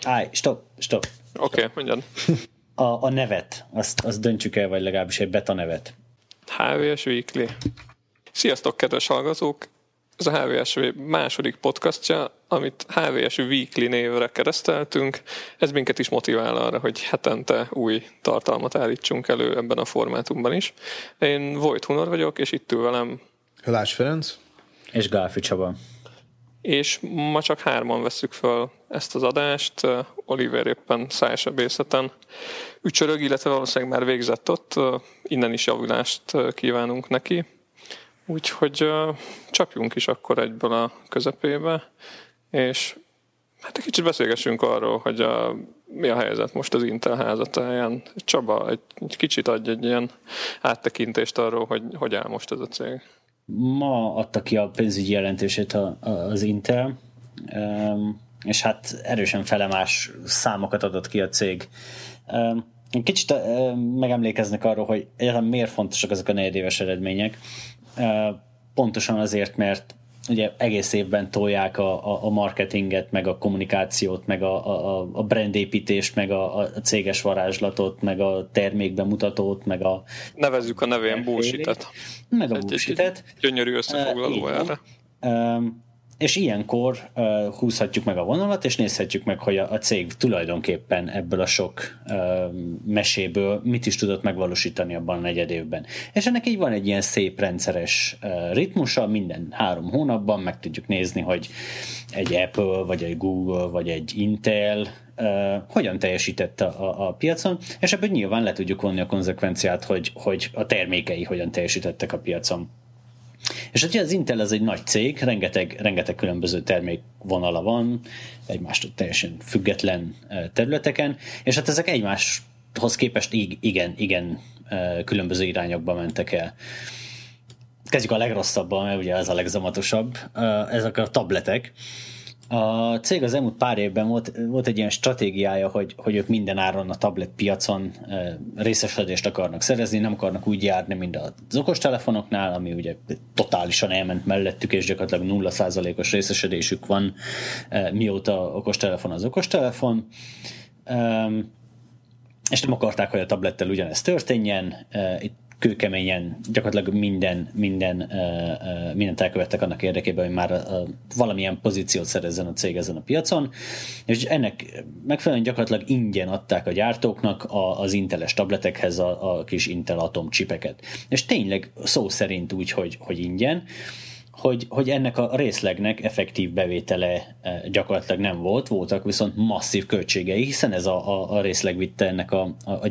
Állj, stop. Oké, mondjad. A nevet, azt döntsük el, vagy legalábbis egy beta nevet. HVS Weekly. Sziasztok, kedves hallgatók! Ez a HVS második podcastja, amit HVS Weekly névre kereszteltünk. Ez minket is motivál arra, hogy hetente új tartalmat állítsunk elő ebben a formátumban is. Én Vojt Hunor vagyok, és itt ül velem Hölás Ferenc. És Gálfi Csaba. És ma csak 3 vesszük fel ezt az adást. Oliver éppen szájsebészeten ücsörög, illetve valószínűleg már végzett ott. Innen is javulást kívánunk neki. Úgyhogy csapjunk is akkor egyből a közepébe, és hát egy kicsit beszélgessünk arról, hogy mi a helyzet most az Intel házatáján. Csaba, egy kicsit adj egy ilyen áttekintést arról, hogy áll most ez a cég. Ma adta ki a pénzügyi jelentését az Intel, és hát erősen felemás számokat adott ki a cég. Kicsit megemlékeznek arról, hogy egyáltalán miért fontosak ezek a negyedéves eredmények. Pontosan azért, mert ugye egész évben tolják a marketinget, meg a kommunikációt, meg a brandépítést, meg a céges varázslatot, meg a termékbemutatót, meg a... Nevezzük a nevén bullshit-et. Meg a bullshit-et. Gyönyörű összefoglaló erre. És ilyenkor húzhatjuk meg a vonalat, és nézhetjük meg, hogy a cég tulajdonképpen ebből a sok meséből mit is tudott megvalósítani abban a negyed évben. És ennek így van egy ilyen szép rendszeres ritmusa, minden 3 hónapban meg tudjuk nézni, hogy egy Apple, vagy egy Google, vagy egy Intel hogyan teljesített a piacon, és ebből nyilván le tudjuk vonni a konzekvenciát, hogy a termékei hogyan teljesítettek a piacon. És ugye az Intel az egy nagy cég, rengeteg különböző termékvonala van, egymástól teljesen független területeken, és hát ezek egymáshoz képest igen különböző irányokba mentek el. Kezdjük a legrosszabban, mert ugye ez a legzamatosabb, ezek a tabletek. A cég az elmúlt pár évben volt egy ilyen stratégiája, hogy ők minden áron a tablet piacon részesedést akarnak szerezni, nem akarnak úgy járni, mint az okostelefonoknál, ami ugye totálisan elment mellettük, és gyakorlatilag 0%-os részesedésük van, mióta okostelefon az okostelefon. És nem akarták, hogy a tablettel ugyanezt történjen. Itt kőkeményen gyakorlatilag mindent elkövettek annak érdekében, hogy már valamilyen pozíciót szerezzen a cég ezen a piacon, és ennek megfelelően gyakorlatilag ingyen adták a gyártóknak az Inteles tabletekhez a kis Intel Atom csipeket. És tényleg szó szerint úgy, hogy ingyen, hogy ennek a részlegnek effektív bevétele gyakorlatilag nem voltak viszont masszív költségei, hiszen ez a részleg vitte ennek a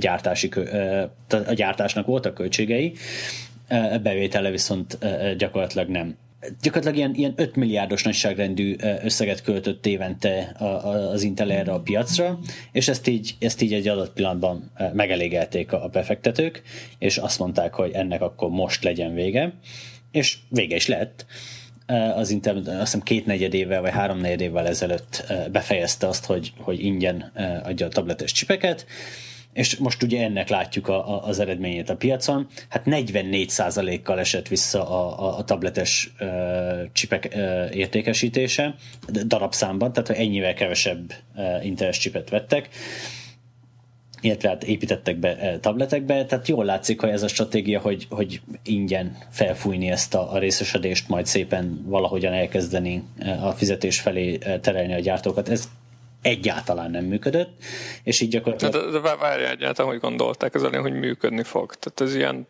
gyártásnak voltak költségei, bevétele viszont gyakorlatilag nem. Gyakorlatilag ilyen 5 milliárdos nagyságrendű összeget költött évente az Intel erre a piacra, és ezt így egy adott pillanatban megelégelték a befektetők, és azt mondták, hogy ennek akkor most legyen vége. És vége is lett. Az Intel azt hiszem 2 évvel vagy 3 évvel ezelőtt befejezte azt, hogy ingyen adja a tabletes csipeket, és most ugye ennek látjuk az eredményét a piacon. Hát 44%-kal esett vissza a tabletes csipek értékesítése darabszámban, tehát hogy ennyivel kevesebb Inteles csipet vettek, illetve hát építettek be tabletekbe, tehát jól látszik, hogy ez a stratégia, hogy ingyen felfújni ezt a részesedést, majd szépen valahogyan elkezdeni a fizetés felé terelni a gyártókat. Ez egyáltalán nem működött, és így gyakorlatilag... De várjál egyáltalán, hogy gondolták ezzel, hogy működni fog. Tehát ez ilyen...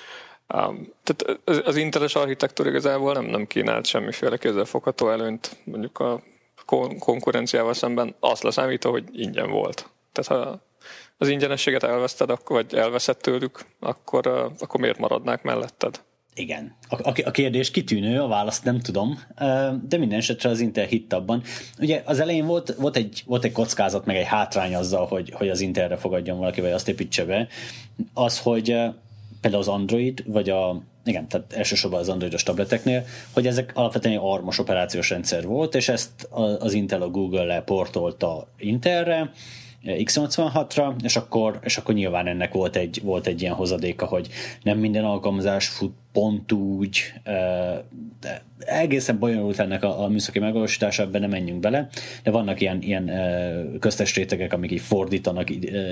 tehát az Inteles architektúra igazából nem kínált semmiféle kézzelfogható előnyt, mondjuk a konkurenciával szemben azt leszámítva, hogy ingyen volt. Tehát ha az ingyenességet elveszted, vagy elveszed tőlük, akkor miért maradnák melletted? Igen. A kérdés kitűnő, a választ nem tudom, de minden esetre az Intel hitt abban. Ugye az elején volt egy kockázat, meg egy hátrány azzal, hogy az Intelre fogadjon valaki, vagy azt építse be. Az, hogy például az Android, vagy igen, tehát elsősorban az androidos tableteknél, hogy ezek alapvetően egy ARM-os operációs rendszer volt, és ezt az Intel a Google-le portolta Intelre, x86-ra, és akkor nyilván ennek volt egy ilyen hozadéka, hogy nem minden alkalmazás fut pont úgy, de egészen bonyolult ennek a műszaki megvalósítása, ebben nem menjünk bele, de vannak ilyen köztes rétegek, amik így fordítanak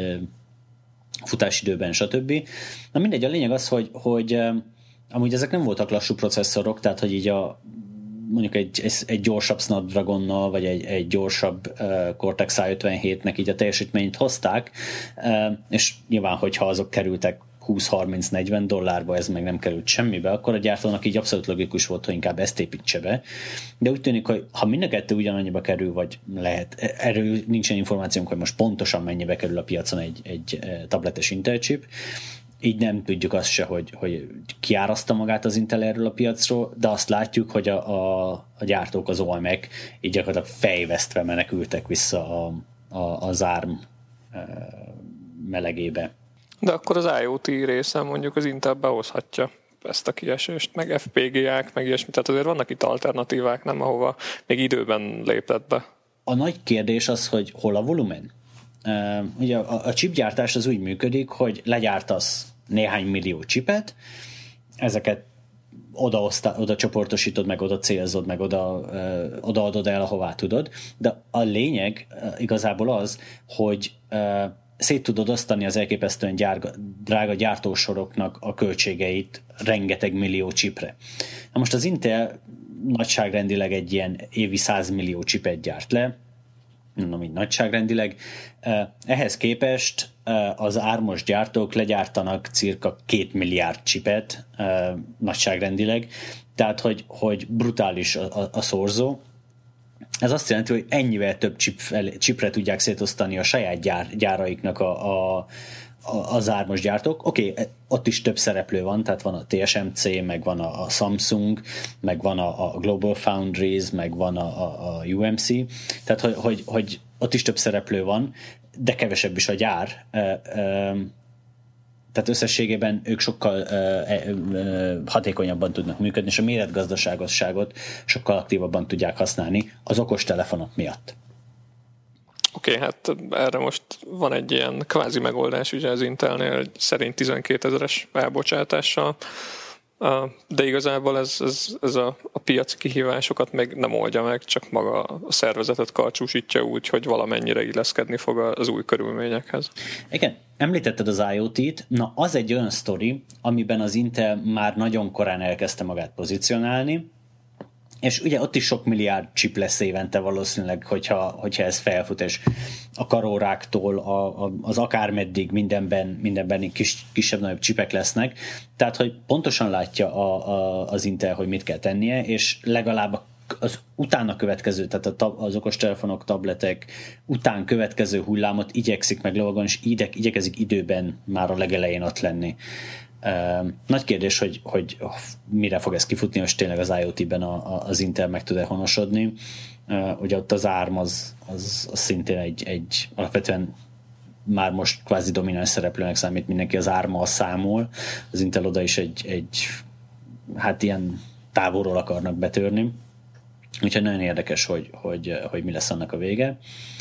futásidőben, stb. Na mindegy, a lényeg az, hogy amúgy ezek nem voltak lassú processzorok, tehát hogy így mondjuk egy gyorsabb Snapdragonnal, vagy egy gyorsabb Cortex A57-nek így a teljesítményt hozták, és nyilván, hogyha azok kerültek $20-30-40, ez meg nem került semmibe, akkor a gyártónak így abszolút logikus volt, hogy inkább ezt építse be. De úgy tűnik, hogy ha mind a kettő ugyanannyiba kerül, vagy lehet, erről nincsen információnk, hogy most pontosan mennyibe kerül a piacon egy tabletes Intel chip, így nem tudjuk azt se, hogy kiáraszta magát az Intel erről a piacról, de azt látjuk, hogy a gyártók, az OEM-ek így gyakorlatilag fejvesztve menekültek vissza az ARM melegébe. De akkor az IoT része mondjuk az Intel behozhatja ezt a kiesést, meg FPGA-k, meg ilyesmi, tehát azért vannak itt alternatívák, nem, ahova még időben lépett be. A nagy kérdés az, hogy hol a volumen? Ugye a chipgyártás az úgy működik, hogy legyártasz néhány millió chipet, ezeket oda csoportosítod, meg oda célzod, meg oda adod el, ahová tudod, de a lényeg igazából az, hogy szét tudod osztani az elképesztően drága gyártósoroknak a költségeit rengeteg millió chipre. Na most az Intel nagyságrendileg egy ilyen évi 100 millió chipet gyárt le, mondom így nagyságrendileg. Ehhez képest az ARM-os gyártók legyártanak cirka 2 milliárd chipet nagyságrendileg, tehát hogy brutális a szorzó. Ez azt jelenti, hogy ennyivel több chipre tudják szétosztani a saját gyáraiknak az ARM-os gyártók. Oké, ott is több szereplő van, tehát van a TSMC, meg van a Samsung, meg van a Global Foundries, meg van a UMC, tehát hogy ott is több szereplő van, de kevesebb is a gyár. Tehát összességében ők sokkal hatékonyabban tudnak működni, és a méretgazdaságosságot sokkal aktívabban tudják használni az okostelefonok miatt. Oké, hát erre most van egy ilyen kvázi megoldás ugye az Intelnél, szerint 12 000-es elbocsátással, de igazából ez a piaci kihívásokat még nem oldja meg, csak maga a szervezetet karcsúsítja úgy, hogy valamennyire illeszkedni fog az új körülményekhez. Igen, említetted az IoT-t, na az egy olyan sztori, amiben az Intel már nagyon korán elkezdte magát pozícionálni, és ugye ott is sok milliárd chip lesz évente valószínűleg, hogyha ez felfut, és a karóráktól az akármeddig mindenben kisebb-nagyobb csipek lesznek. Tehát, hogy pontosan látja az Intel, hogy mit kell tennie, és legalább az utána következő, tehát az okostelefonok, tabletek után következő hullámot igyekszik meg lovagolni, és igyekezik időben már a legelején ott lenni. Nagy kérdés, hogy mire fog ez kifutni, és tényleg az IoT-ben az Intel meg tud-e honosodni. Ugye ott az ARM az szintén egy alapvetően már most kvázi domináns szereplőnek számít, mindenki az ARM-mal számol, az Intel oda is egy hát ilyen távolról akarnak betörni. Úgyhogy nagyon érdekes, hogy mi lesz annak a vége.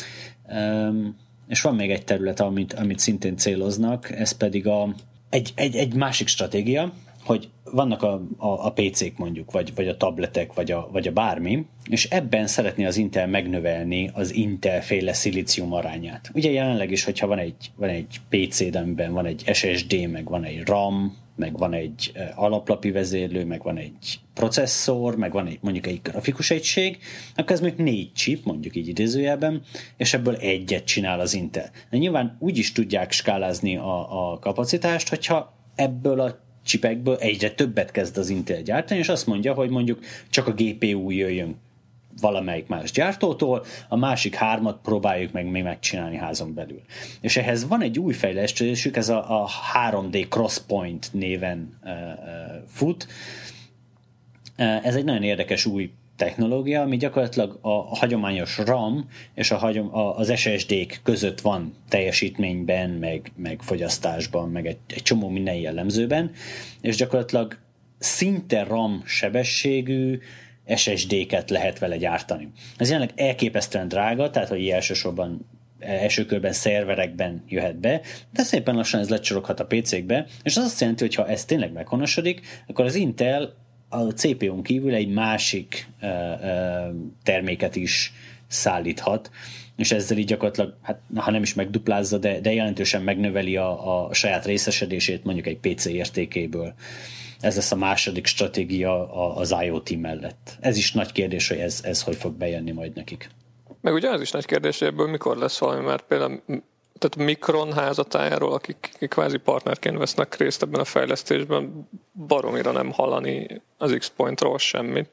És van még egy terület, amit szintén céloznak, ez pedig egy másik stratégia, hogy vannak a PC-k mondjuk, vagy a tabletek, vagy a bármi, és ebben szeretné az Intel megnövelni az Intel-féle szilícium arányát. Ugye jelenleg is, hogyha van egy PC-d, amiben van egy SSD, meg van egy RAM, meg van egy alaplapi vezérlő, meg van egy processzor, meg van mondjuk egy grafikus egység, akkor ez mondjuk 4 chip, mondjuk így idézőjelben, és ebből egyet csinál az Intel. De nyilván úgy is tudják skálázni a kapacitást, hogyha ebből a chipekből egyre többet kezd az Intel gyártani, és azt mondja, hogy mondjuk csak a GPU jöjjön valamelyik más gyártótól, a másik 3 próbáljuk meg még megcsinálni házon belül. És ehhez van egy új fejlesztésük, ez a 3D Crosspoint néven fut. Ez egy nagyon érdekes új technológia, ami gyakorlatilag a hagyományos RAM és az SSD-k között van teljesítményben, meg fogyasztásban, meg egy csomó minden jellemzőben, és gyakorlatilag szinte RAM sebességű SSD-ket lehet vele gyártani. Ez jelenleg elképesztően drága, tehát hogy elsősorban első körben szerverekben jöhet be, de szépen lassan ez lecsoroghat a PC-kbe, és az azt jelenti, hogy ha ez tényleg meghonosodik, akkor az Intel a CPU-n kívül egy másik terméket is szállíthat, és ezzel így gyakorlatilag, hát, ha nem is megduplázza, de jelentősen megnöveli a saját részesedését mondjuk egy PC értékéből. Ez lesz a második stratégia az IoT mellett. Ez is nagy kérdés, hogy ez hogy fog bejönni majd nekik. Meg ugye az is nagy kérdés, hogy ebből mikor lesz valami, mert például tehát Micron házatájáról, akik kvázi partnerként vesznek részt ebben a fejlesztésben, baromira nem hallani az X-Pointról semmit.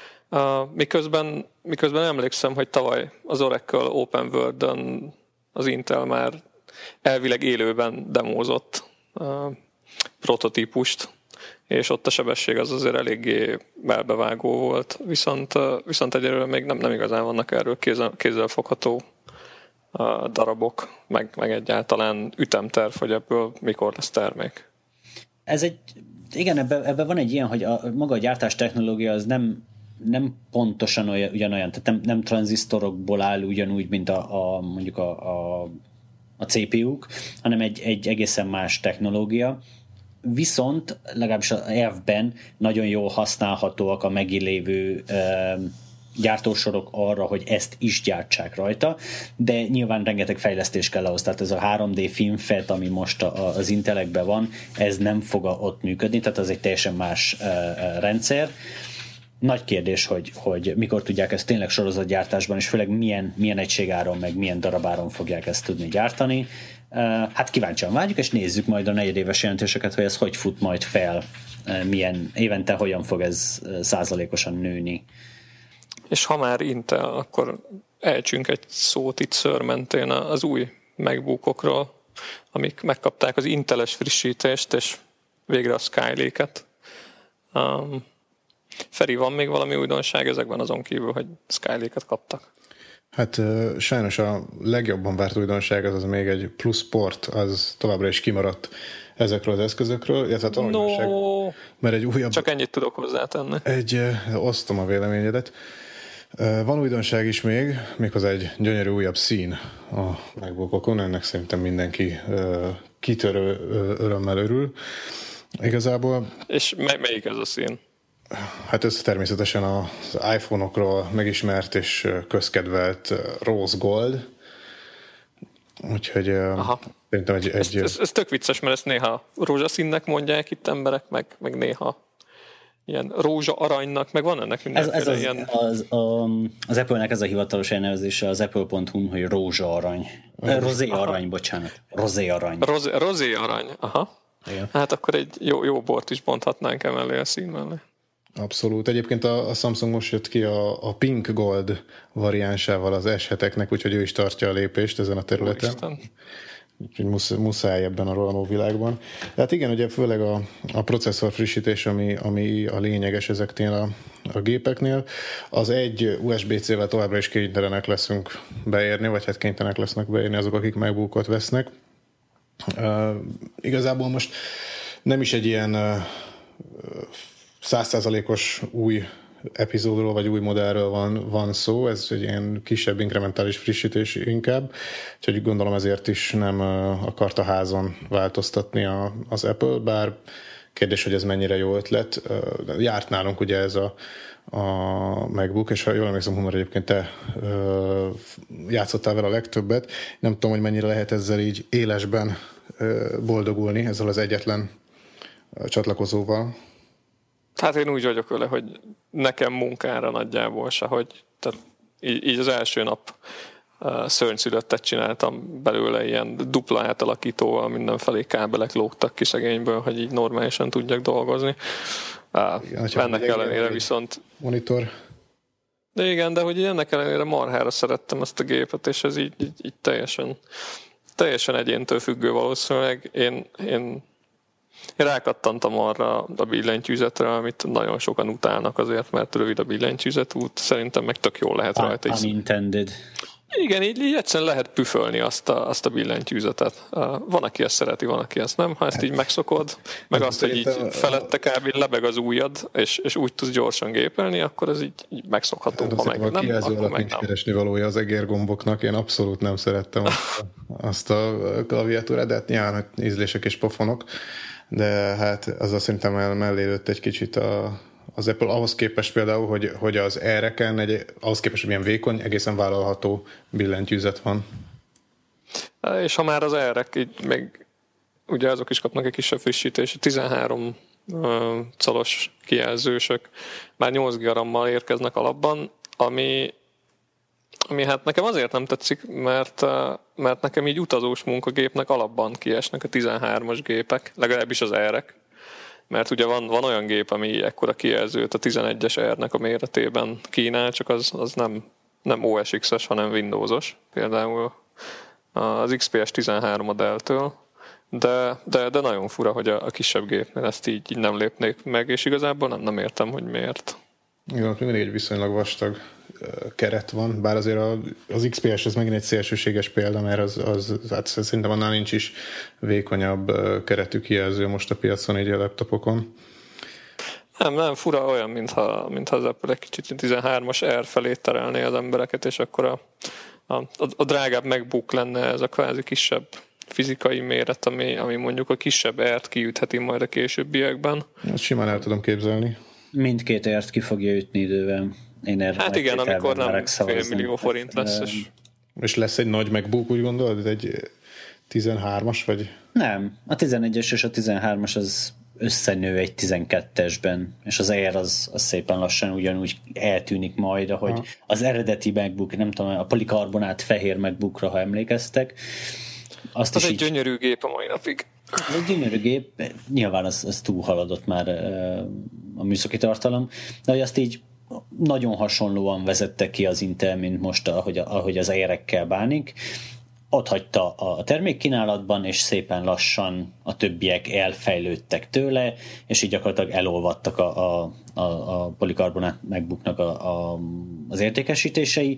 Miközben emlékszem, hogy tavaly az Oracle Open World-on az Intel már elvileg élőben demózott prototípust, és ott a sebesség az azért eléggé belbevágó volt, viszont egyelőre még nem igazán vannak erről kézzelfogható darabok, meg egyáltalán ütemterv, hogy ebből mikor lesz termék. Igen, ebben van egy ilyen, hogy maga a gyártás technológia az nem pontosan ugyanolyan, tehát nem tranzisztorokból áll ugyanúgy, mint mondjuk a CPU-k, hanem egy egészen más technológia. Viszont legalábbis az elvben nagyon jól használhatóak a meglévő gyártósorok arra, hogy ezt is gyártsák rajta, de nyilván rengeteg fejlesztés kell ahhoz, tehát ez a 3D FinFET, ami most az Intelekben van, ez nem fog ott működni, tehát az egy teljesen más rendszer. Nagy kérdés, hogy mikor tudják ezt tényleg sorozatgyártásban, és főleg milyen egységáron, meg milyen darabáron fogják ezt tudni gyártani. Hát kíváncsian várjuk, és nézzük majd a negyedéves jelentéseket, hogy ez hogy fut majd fel, milyen évente hogyan fog ez százalékosan nőni. És ha már Intel, akkor ejtsünk egy szót itt szőrmentén az új MacBookokról, amik megkapták az Inteles frissítést, és végre a Skylake-et. Feri, van még valami újdonság ezekben azon kívül, hogy Skylake-et kaptak? Hát sajnos a legjobban várt újdonság az még egy plusz port, az továbbra is kimaradt ezekről az eszközökről, illetve mert egy újabb... Csak ennyit tudok hozzátenni. Osztom a véleményedet. Van újdonság is méghozzá egy gyönyörű újabb szín a MacBookokon, ennek szerintem mindenki kitörő örömmel örül. Igazából... És melyik ez a szín? Hát ez természetesen az iPhone-okról megismert és közkedvelt Rose Gold. Úgyhogy szerintem ez tök vicces, mert ezt néha rózsaszínnek mondják itt emberek, meg néha ilyen rózsa aranynak, meg van ennek mindenféle ilyen... Az Apple-nek ez a hivatalos elnevezése az apple.hu, hogy rózsa arany. Rozé arany, bocsánat. Rozé arany. Rozé arany, aha. Igen. Hát akkor egy jó bort is bonthatnánk emellé a szín mellé. Abszolút. Egyébként a Samsung most jött ki a Pink Gold variánsával az S7-eknek, úgyhogy ő is tartja a lépést ezen a területen. Úgyhogy muszáj ebben a rohanó világban. Tehát igen, ugye főleg a processzor frissítés, ami a lényeges ezeknél a gépeknél. Az egy USB-C-vel továbbra is kénytelenek leszünk beérni, vagy hát kénytelenek lesznek beérni azok, akik MacBookot vesznek. Igazából most nem is egy ilyen 100%-os új epizódról vagy új modellről van szó, ez egy ilyen kisebb inkrementális frissítés inkább, úgyhogy gondolom ezért is nem akart a házon változtatni az Apple, bár kérdés, hogy ez mennyire jó ötlet. Járt nálunk ugye ez a MacBook, és ha jól emlékszem, Humor, egyébként te játszottál vele a legtöbbet. Nem tudom, hogy mennyire lehet ezzel így élesben boldogulni, ezzel az egyetlen csatlakozóval. Hát én úgy vagyok vele, hogy nekem munkára nagyjából se, hogy tehát így az első nap szörnyszülöttet csináltam belőle, ilyen dupla átalakítóval, mindenfelé kábelek lógtak ki szegényből, hogy így normálisan tudjak dolgozni. Ennek ellenére viszont... Monitor. De igen, de hogy ennek ellenére marhára szerettem ezt a gépet, és ez így teljesen egyéntől függő valószínűleg. Én rákattantam arra a billentyűzetre, amit nagyon sokan utálnak azért, mert rövid a billentyűzetút. Szerintem meg tök jól lehet rajta. Unintended. Igen, így egyszerűen lehet püfölni azt a billentyűzetet. Van, aki ezt szereti, van, aki ezt nem. Ha ezt így megszokod, meg azt, hogy így felette kb. Lebeg az ujjad, és úgy tudsz gyorsan gépelni, akkor ez így megszokható. Ha meg nem, kijelző akkor alatt meg nincs nem. keresni valója az egérgomboknak. Én abszolút nem szerettem azt a klaviatúrát, de hát nyilván ízlések és pofonok. De hát azzal szerintem mellé lőtt egy kicsit az Apple ahhoz képest például, hogy az R-eken ahhoz képest, hogy milyen vékony, egészen vállalható billentyűzet van. És ha már az R-ek így még, ugye azok is kapnak egy kisebb frissítést, 13 colos kijelzősök már 8 GB-mal érkeznek alapban, ami hát nekem azért nem tetszik, mert nekem így utazós munkagépnek alapban kiesnek a 13-as gépek, legalábbis az R-ek. Mert ugye van olyan gép, ami ekkora kijelzőt a 11-es R-nek a méretében kínál, csak az nem OS X-es, hanem Windows-os. Például az XPS 13 modelltől. De nagyon fura, hogy a kisebb gépnél ezt így nem lépnék meg, és igazából nem értem, hogy miért. Igen, ott mindig egy viszonylag vastag keret van, bár azért az XPS ez megint egy szélsőséges példa, mert az hát szerintem annál nincs is vékonyabb keretű kijelző most a piacon így a laptopokon. Nem, fura olyan, mintha az Apple egy kicsit 13-as R felé terelné az embereket, és akkor a drágább MacBook lenne ez a kvázi kisebb fizikai méret, ami mondjuk a kisebb R-t kiütheti majd a későbbiekben. Ezt simán el tudom képzelni. Mindkét R-t ki fogja ütni idővel. Hát igen, amikor nem $500 000 forint lesz. És lesz egy nagy MacBook, úgy gondolod? Egy 13-as vagy? Nem, a 11-es és a 13-as az összenő egy 12-esben, és az R az szépen lassan ugyanúgy eltűnik majd, ahogy az eredeti MacBook, nem tudom, a polikarbonát fehér MacBookra, ha emlékeztek. Az egy gyönyörű gép a mai napig. Ez egy gyönyörű gép, nyilván az túlhaladott már a műszaki tartalom, de hogy azt így nagyon hasonlóan vezette ki az Intel, mint most, ahogy az R-ekkel bánik. Ott hagyta a termékkínálatban, és szépen lassan a többiek elfejlődtek tőle, és így gyakorlatilag elolvadtak a polikarbonát MacBooknak az értékesítései.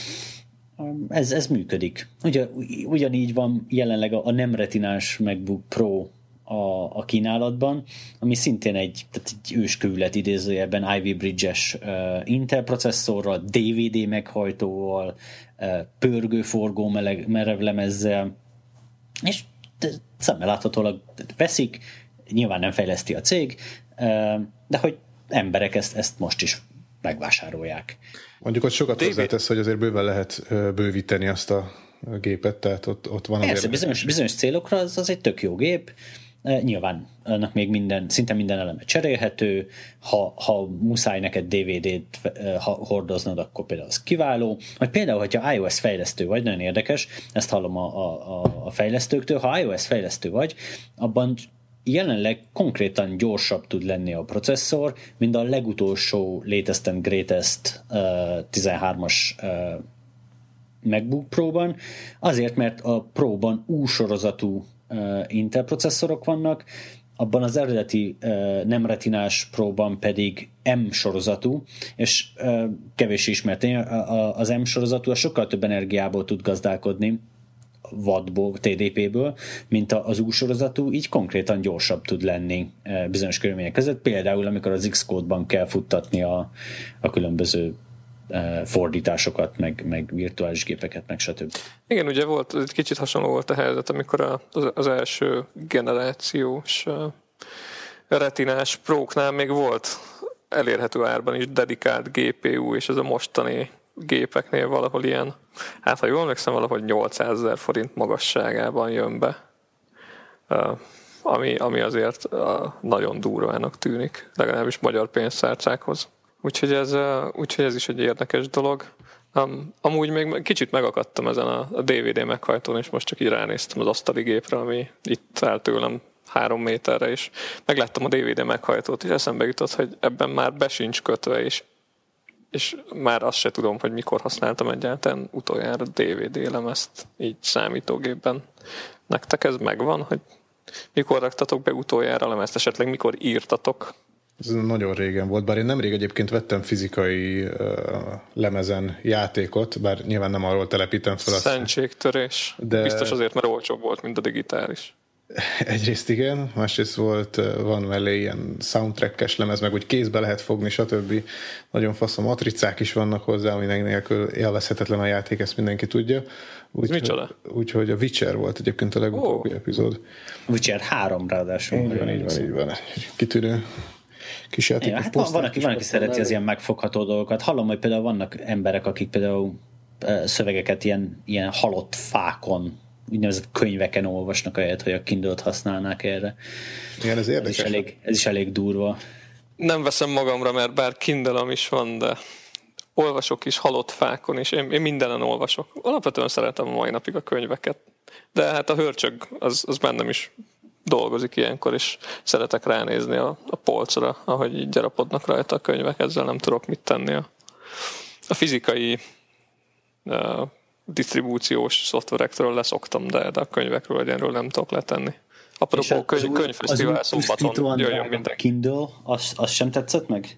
Ez működik. Ugyanígy van jelenleg a nem retinás MacBook Pro a kínálatban, ami szintén egy őskövület idézőjelben Ivy Bridge-es Intel processzorral, DVD meghajtóval, pörgőforgó merevlemezzel, és szemmel láthatólag veszik, nyilván nem fejleszti a cég, de hogy emberek ezt most is megvásárolják. Mondjuk ott sokat hozzátesz, hogy azért bőven lehet bővíteni azt a gépet, tehát ott van azért... Bizonyos célokra az egy tök jó gép, nyilván annak még szinte minden eleme cserélhető, ha muszáj neked DVD-t hordoznod, akkor például az kiváló, vagy például, hogyha iOS fejlesztő vagy, nagyon érdekes, ezt hallom a fejlesztőktől, ha iOS fejlesztő vagy, abban jelenleg konkrétan gyorsabb tud lenni a processzor, mint a legutolsó latest and greatest 13-as MacBook Pro-ban, azért, mert a Pro-ban U-sorozatú Intel processzorok vannak, abban az eredeti nem retinás Pro-ban pedig M sorozatú, és kevés ismert. Az M sorozatú a sokkal több energiából tud gazdálkodni, wattból, TDP-ből, mint az U sorozatú, így konkrétan gyorsabb tud lenni bizonyos körülmények között, például amikor az Xcode-ban kell futtatni a különböző fordításokat, meg virtuális gépeket, meg stb. Igen, ugye volt, egy kicsit hasonló volt a helyzet, amikor az első generációs retinás Pro-knál még volt elérhető árban is dedikált GPU, és ez a mostani gépeknél valahol ilyen, hát ha jól emlékszem, valahogy 800 000 forint magasságában jön be, ami azért nagyon durvának tűnik, legalábbis magyar pénztárcákhoz. Úgyhogy ez is egy érdekes dolog. Amúgy még kicsit megakadtam ezen a DVD meghajtón, és most csak így ránéztem az asztali gépre, ami itt áll tőlem 3 méterre, és megláttam a DVD meghajtót, és eszembe jutott, hogy ebben már be sincs kötve, és már azt se tudom, hogy mikor használtam egyáltalán utoljára DVD lemezt így számítógépben. Nektek ez megvan, hogy mikor raktatok be utoljára lemezt, esetleg mikor írtatok Ez nagyon régen volt, bár én nemrég egyébként vettem fizikai lemezen játékot, bár nyilván nem arról telepítem fel azt. Szentségtörés. De... Biztos azért, mert olcsóbb volt, mint a digitális. Egyrészt igen, másrészt van mellé ilyen soundtrackes lemez, meg úgy kézbe lehet fogni, stb. Nagyon fasz, a matricák is vannak hozzá, aminek nélkül élvezhetetlen a játék, ezt mindenki tudja. Úgyhogy a Witcher volt egyébként a legutóbbi epizód. Witcher 3 ráadásul. Így van. Kitűnő kis játék. Ja, hát van, aki szereti az ilyen megfogható dolgokat. Hallom, hogy például vannak emberek, akik például szövegeket ilyen halott fákon, úgynevezett könyveken olvasnak, ahelyett, hogy a Kindle-t használnák erre. Igen, ez érdekes. Ez is elég durva. Nem veszem magamra, mert bár Kindle-am is van, de olvasok is halott fákon, és én mindenen olvasok. Alapvetően szeretem a mai napig a könyveket, de hát a hörcsög az bennem is dolgozik ilyenkor, és szeretek ránézni a polcra, ahogy így gyarapodnak rajta a könyvek, ezzel nem tudok mit tenni. A fizikai disztribúciós szoftverektől leszoktam, de a könyvekről egyenről nem tudok letenni. Apropó könyvfesztivál szombaton, jöjjön mindenki. Kindle, az sem tetszett meg?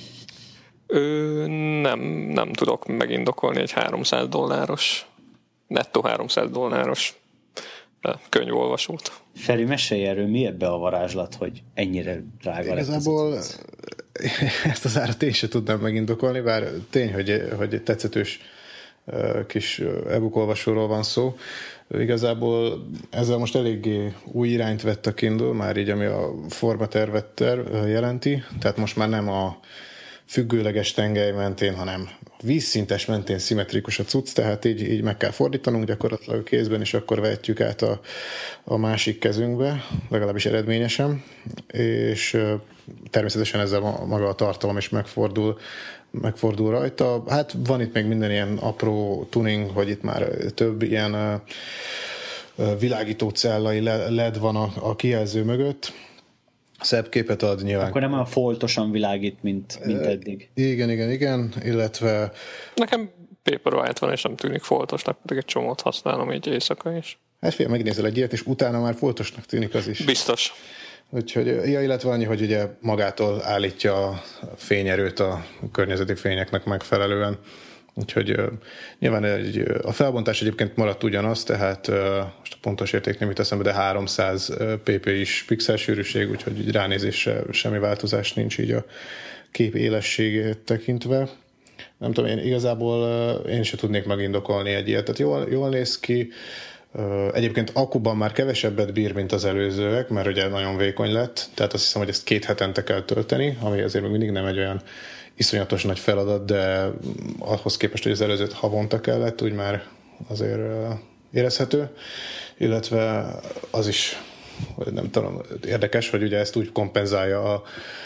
Nem tudok megindokolni egy $300, nettó $300 könyvolvasót. Feri, mesélj erről, mi ebbe a varázslat, hogy ennyire drága lett? Igazából ezt az árat én sem tudnám megindokolni, bár tény, hogy tetszetős kis e-book olvasóról van szó. Igazából ezzel most eléggé új irányt vett a Kindle, már így ami a formatervet jelenti, tehát most már nem a függőleges tengely mentén, hanem vízszintes mentén szimmetrikus a cucc, tehát így meg kell fordítanunk gyakorlatilag a kézben, és akkor vehetjük át a másik kezünkbe, legalábbis eredményesen, és természetesen ezzel maga a tartalom is megfordul rajta. Hát van itt még minden ilyen apró tuning, hogy itt már több ilyen világító cellai LED van a kijelző mögött. Szebb képet ad nyilván. Akkor nem olyan foltosan világít, mint eddig. Igen, illetve... Nekem Paperwhite van, és nem tűnik foltosnak, pedig egy csomót használom így éjszaka is. Hát fél, megnézel egy ilyet, és utána már foltosnak tűnik az is. Biztos. Úgyhogy, illetve annyi, hogy ugye magától állítja a fényerőt a környezeti fényeknek megfelelően. Úgyhogy nyilván a felbontás egyébként maradt ugyanaz, tehát most a pontos érték nem jut eszembe, de 300 ppi-s pixelsűrűség, úgyhogy ránézésre semmi változás nincs így a kép élességét tekintve. Nem tudom, én sem tudnék megindokolni egy ilyet. Tehát jól néz ki. Egyébként akkuban már kevesebbet bír, mint az előzőek, mert ugye nagyon vékony lett, tehát azt hiszem, hogy ezt 2 hetente kell tölteni, ami azért még mindig nem egy olyan iszonyatos nagy feladat, de ahhoz képest, hogy az előzőt havonta kellett, úgy már azért érezhető, illetve az is, nem tudom, érdekes, hogy ugye ezt úgy kompenzálja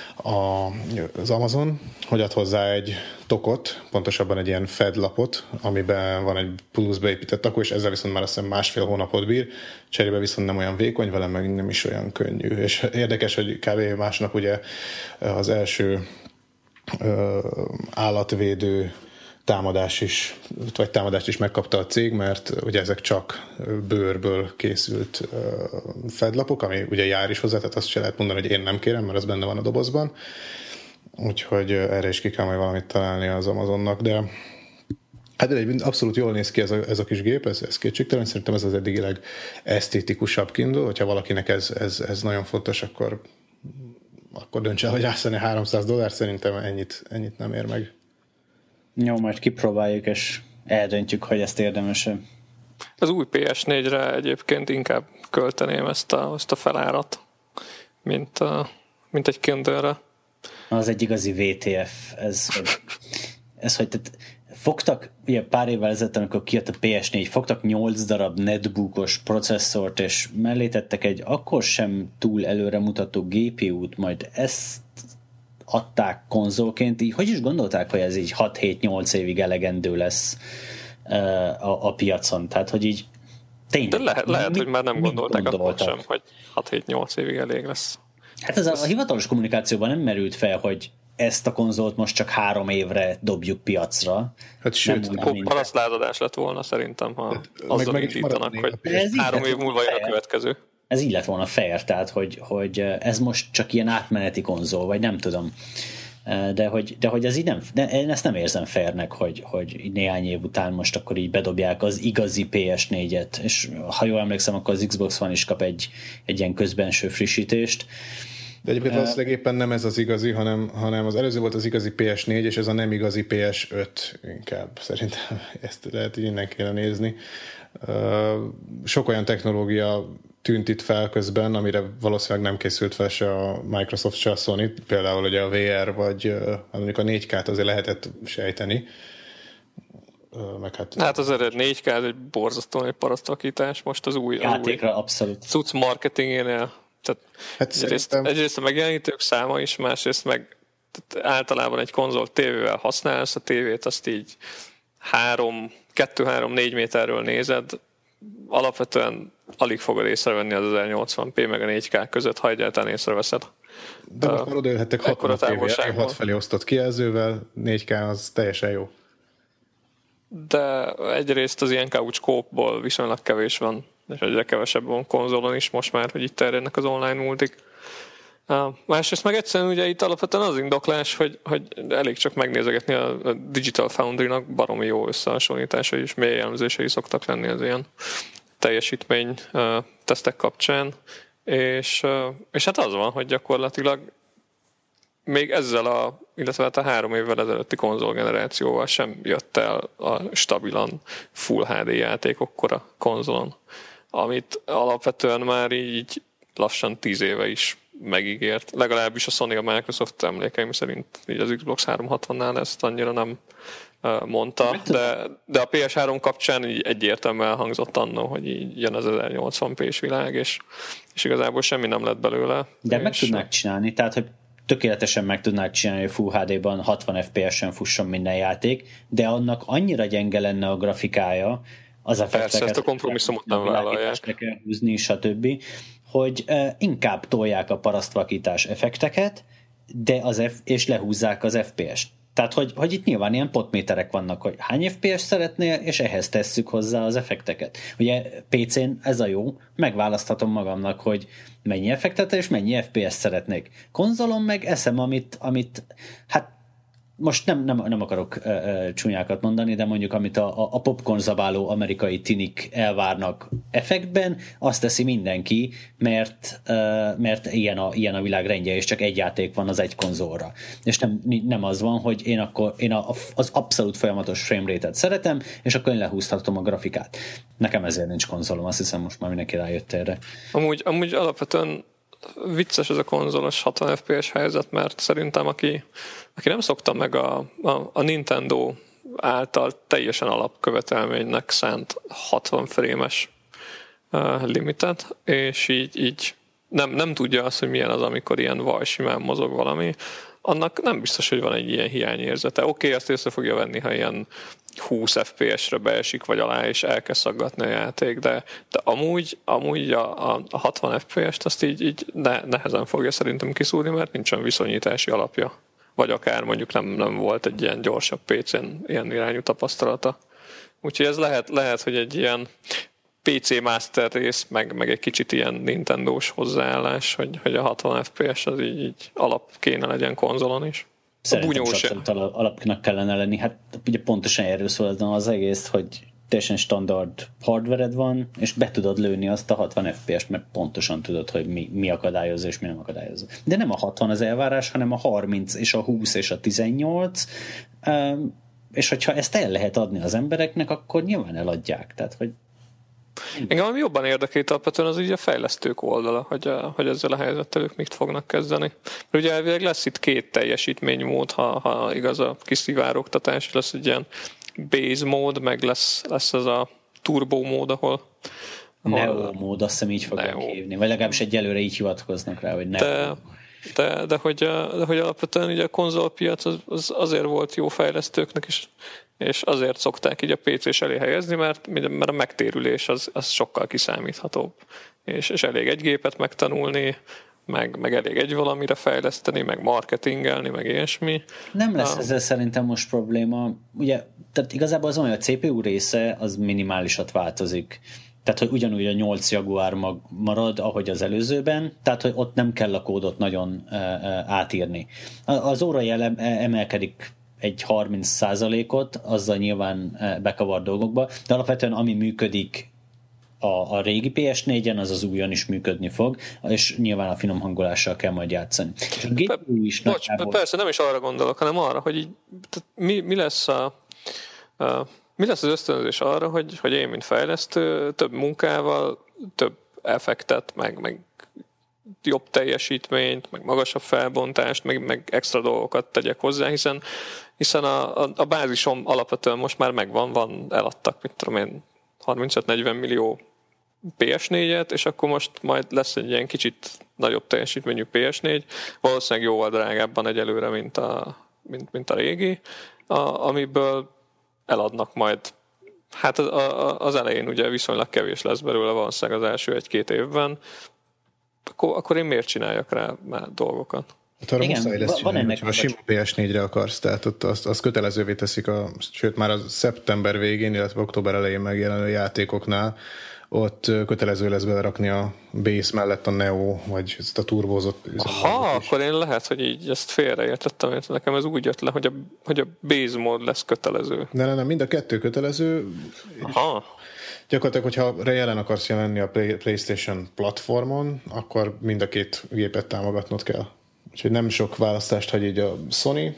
az Amazon, hogy ad hozzá egy tokot, pontosabban egy ilyen Fed lapot, amiben van egy plusz beépített akkor, és ezzel viszont már azt hiszem 1,5 hónapot bír, cserébe viszont nem olyan vékony, velem meg nem is olyan könnyű. És érdekes, hogy kb. Másnap ugye az első állatvédő támadást is megkapta a cég, mert ugye ezek csak bőrből készült fedlapok, ami ugye jár is hozzá, tehát azt se lehet mondani, hogy én nem kérem, mert az benne van a dobozban. Úgyhogy erre is ki kell majd valamit találni az Amazonnak, de hát abszolút jól néz ki ez a kis gép, ez kétségtelen, szerintem ez az eddigileg esztétikusabb Kindle, hogyha valakinek ez nagyon fontos, akkor dönts el, hogy rászállni $300, szerintem ennyit nem ér meg. Jó, majd kipróbáljuk, és eldöntjük, hogy ezt érdemes-e. Az új PS4-re egyébként inkább költeném ezt a felárat, mint egy Kindle-re. Az egy igazi VTF. Ez hogy fogtak, ugye pár évvel ezelőtt, amikor kijött a PS4, fogtak 8 darab netbookos processzort, és mellé tettek egy akkor sem túl előremutató GPU-t, majd ezt adták konzolként, így hogy is gondolták, hogy ez így 6-7-8 évig elegendő lesz a piacon? Tehát, hogy így tényleg... De lehet hogy már nem gondolták akkor sem, hogy 6-7-8 évig elég lesz. Hát ez a hivatalos kommunikációban nem merült fel, hogy ezt a konzolt most csak 3 évre dobjuk piacra. Hát sőt, parasztlázadás lett volna szerintem, ha azzal indítanak, hogy 3 év múlva jön a következő. ez így lett volna fair, tehát hogy ez most csak ilyen átmeneti konzol, vagy nem tudom. De hogy ez így nem, én ezt nem érzem fairnek, hogy néhány év után most akkor így bedobják az igazi PS4-et, és ha jól emlékszem, akkor az Xbox One is kap egy ilyen közbenső frissítést. De egyébként valószínűleg éppen nem ez az igazi, hanem az előző volt az igazi PS4, és ez a nem igazi PS5 inkább. Szerintem ezt lehet így innen kéne nézni. Sok olyan technológia tűnt itt fel közben, amire valószínűleg nem készült fel se a Microsoft, se a Sony, például ugye a VR, vagy mondjuk a 4K-t azért lehetett sejteni. Hát az ered 4K, ez egy borzasztóan egy parasztvakítás, most az új játékra abszolút. Cucc marketingénél. Tehát egyrészt a megjelenítők száma is, másrészt meg általában egy konzol tévével használsz, a tévét azt így 2-3-4 méterről nézed, alapvetően alig fogod észrevenni az 1080p meg a 4K között, ha egyáltalán észreveszed. De most már odajöhettek 6 felé osztott kijelzővel, 4K az teljesen jó. De egyrészt az ilyen couch co-opból viszonylag kevés van, és egyre kevesebb van konzolon is most már, hogy itt terjednek az online multik. Másrészt meg egyszerűen ugye itt alapvetően az indoklás, hogy elég csak megnézegetni a Digital Foundry-nak baromi jó összehasonlításai és mély elemzései szoktak lenni az ilyen teljesítmény tesztek kapcsán, és hát az van, hogy gyakorlatilag még ezzel illetve a 3 évvel ezelőtti konzolgenerációval sem jött el a stabilan Full HD játékokkora konzolon, amit alapvetően már így lassan 10 éve is megígért. Legalábbis a Sony, a Microsoft emlékeim szerint így az Xbox 360-nál ezt annyira nem mondta, de a PS3 kapcsán így egyértelműen elhangzott annó, hogy így jön az 1080p-s világ, és igazából semmi nem lett belőle. De meg tudnák csinálni, tehát hogy tökéletesen meg tudnák csinálni, hogy Full HD-ban 60 FPS-en fusson minden játék, de annak annyira gyenge lenne a grafikája, az effekteket... Persze, ezt a kompromisszumot nem vállalják. Kell húzni, stb., hogy inkább tolják a parasztvakítás effekteket, és lehúzzák az FPS-t. Tehát, hogy itt nyilván ilyen potméterek vannak, hogy hány FPS szeretnél, és ehhez tesszük hozzá az effekteket. Ugye PC-n ez a jó, megválaszthatom magamnak, hogy mennyi effektet és mennyi FPS szeretnék. Konzolon meg eszem, amit hát most nem akarok csúnyákat mondani, de mondjuk amit a popcorn zabáló amerikai tinik elvárnak effektben, azt teszi mindenki, mert ilyen a világ rendje, és csak egy játék van az egy konzolra. És nem az van, hogy én az abszolút folyamatos framerate-et szeretem, és akkor én lehúztatom a grafikát. Nekem ezért nincs konzolom, azt hiszem most már mindenki rájött erre. Amúgy alapvetően vicces ez a konzolos 60 FPS helyzet, mert szerintem aki nem szokta meg a Nintendo által teljesen alapkövetelménynek szánt 60 frame-es limitet, és így nem tudja azt, hogy milyen az, amikor ilyen vajsimán mozog valami, annak nem biztos, hogy van egy ilyen hiányérzete. Oké, azt észre fogja venni, ha ilyen 20 FPS-re beesik, vagy alá, és elkezd szaggatni a játék, de amúgy a 60 FPS-t azt így nehezen fogja szerintem kiszúrni, mert nincsen viszonyítási alapja. Vagy akár mondjuk nem volt egy ilyen gyorsabb PC-n ilyen irányú tapasztalata. Úgyhogy ez lehet, hogy egy ilyen PC Master rész, meg egy kicsit ilyen Nintendo-s hozzáállás, hogy a 60 FPS az így alap kéne legyen konzolon is. Szerintem abszolút alapnak kellene lenni. Hát ugye pontosan erről szól az egész, hogy teljesen standard hardvered van, és be tudod lőni azt a 60 FPS-t, mert pontosan tudod, hogy mi akadályozza és mi nem akadályozza. De nem a 60 az elvárás, hanem a 30 és a 20 és a 18, és hogyha ezt el lehet adni az embereknek, akkor nyilván eladják. Tehát, hogy engem ami jobban érdekelt alapvetően az ugye a fejlesztők oldala, hogy ezzel a helyzettel ők mit fognak kezdeni. Ugye elvileg lesz itt 2 teljesítménymód, ha igaz a kiszivárogtatás, lesz egy ilyen base mód, meg lesz ez a turbo mód, ahol Neo mód, azt hiszem így fogják hívni, vagy legalábbis egyelőre így hivatkoznak rá, hogy Neo. De hogy alapvetően ugye a konzolpiac az azért volt jó fejlesztőknek is, és azért szokták így a PC-s elé helyezni, mert a megtérülés az sokkal kiszámíthatóbb. És elég egy gépet megtanulni, meg elég egy valamire fejleszteni, meg marketingelni, meg ilyesmi. Nem lesz ezzel szerintem most probléma. Ugye, tehát igazából az olyan, hogy a CPU része az minimálisat változik. Tehát, hogy ugyanúgy a 8 Jaguar marad, ahogy az előzőben, tehát, hogy ott nem kell a kódot nagyon átírni. Az órajel emelkedik egy 30%-ot, azzal nyilván bekavar dolgokba, de alapvetően ami működik a régi PS4-en, az újon is működni fog, és nyilván a finom hangolással kell majd játszani. És a GPU is persze, nem is arra gondolok, hanem arra, hogy így, mi lesz mi lesz az ösztönzés arra, hogy én, mint fejlesztő, több munkával, több effektet, meg jobb teljesítményt, meg magasabb felbontást, meg extra dolgokat tegyek hozzá, hiszen a bázisom alapvetően most már megvan, eladtak, mit tudom én, 35-40 millió PS4-et, és akkor most majd lesz egy ilyen kicsit nagyobb teljesítményű PS4, valószínűleg jóval drágábban egyelőre, mint a régi, amiből eladnak majd. Hát az elején ugye viszonylag kevés lesz belőle, valószínűleg az első 1-2 évben, akkor én miért csináljak rá már dolgokat? Hát arra muszáj lesz csinálni, ha a sima PS4-re akarsz, tehát ott azt kötelezővé teszik, sőt már a szeptember végén, illetve október elején megjelenő játékoknál, ott kötelező lesz belerakni a base mellett a Neo, vagy ezt a turbózott. Akkor én lehet, hogy így ezt félreértettem, nekem ez úgy jött le, hogy a base mód lesz kötelező. Nem, mind a kettő kötelező. Gyakorlatilag, hogyha jelen akarsz jelenni a PlayStation platformon, akkor mind a két gépet támogatnod kell. Úgyhogy nem sok választást hagy így a Sony.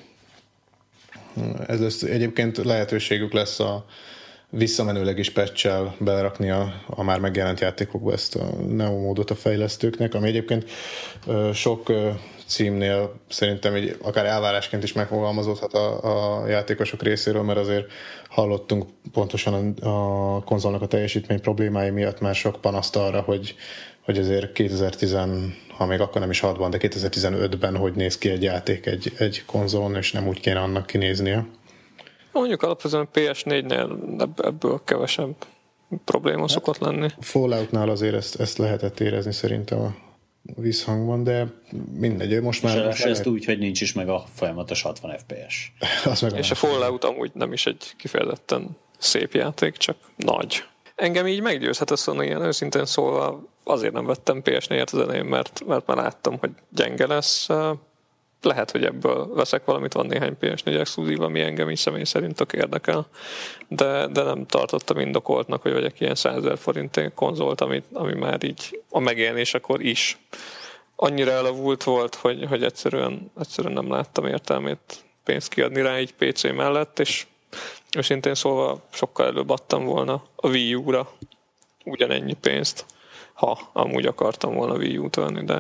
Ez lesz, egyébként lehetőségük lesz a visszamenőleg is patch-el belerakni a már megjelent játékokba ezt a Neo módot a fejlesztőknek, ami egyébként sok címnél szerintem így akár elvárásként is megfogalmazódhat a játékosok részéről, mert azért hallottunk pontosan a konzolnak a teljesítmény problémái miatt már sok panaszt arra, hogy azért 2010, ha még akkor nem is 6-ban, de 2015-ben hogy néz ki egy játék egy konzolon, és nem úgy kéne annak kinéznie. Mondjuk alapvetően PS4-nél ebből kevesebb probléma szokott lenni. Falloutnál azért ezt lehetett érezni szerintem a visszhangban, de mindegy, most már... És ezt úgy, hogy nincs is meg a folyamatos 60 FPS. És a Fallout amúgy nem is egy kifejezetten szép játék, csak nagy. Engem így meggyőzhet a Sony, ilyen őszintén szólva azért nem vettem PS4-et az elején, mert már láttam, hogy gyenge lesz. Lehet, hogy ebből veszek valamit, van néhány PS4 exkluzív, ami engem így személy szerint tök érdekel, de nem tartottam indokoltnak, hogy vegyek ilyen 100 000 forint konzolt, ami már így a megjelenésekor is annyira elavult volt, hogy egyszerűen nem láttam értelmét pénzt kiadni rá így PC mellett, és őszintén szólva sokkal előbb adtam volna a Wii U-ra ugyanennyi pénzt, ha amúgy akartam volna Wii U-t venni, de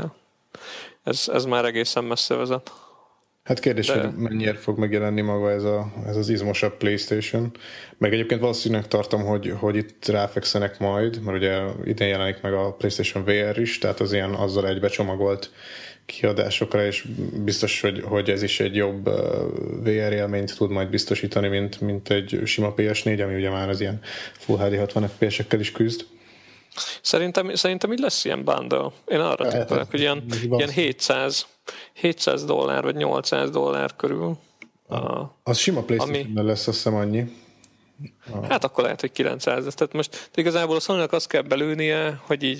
ez már egészen messze vezet. Hát kérdés, hogy mennyire fog megjelenni maga ez az izmosabb PlayStation. Meg egyébként valószínűleg tartom, hogy itt ráfekszenek majd, mert ugye idén jelenik meg a PlayStation VR is, tehát az ilyen azzal egy becsomagolt kiadásokra, és biztos, hogy ez is egy jobb VR élményt tud majd biztosítani, mint egy sima PS4, ami ugye már az ilyen Full HD 60 FPS-ekkel is küzd. Szerintem így lesz ilyen bundle. Én arra tippelek, hogy ilyen $700 vagy $800 körül. Az sima PlayStation-ben lesz, azt hiszem annyi. Hát akkor lehet, hogy 900. Tehát most igazából a Sony-nak azt kell belőnie, hogy így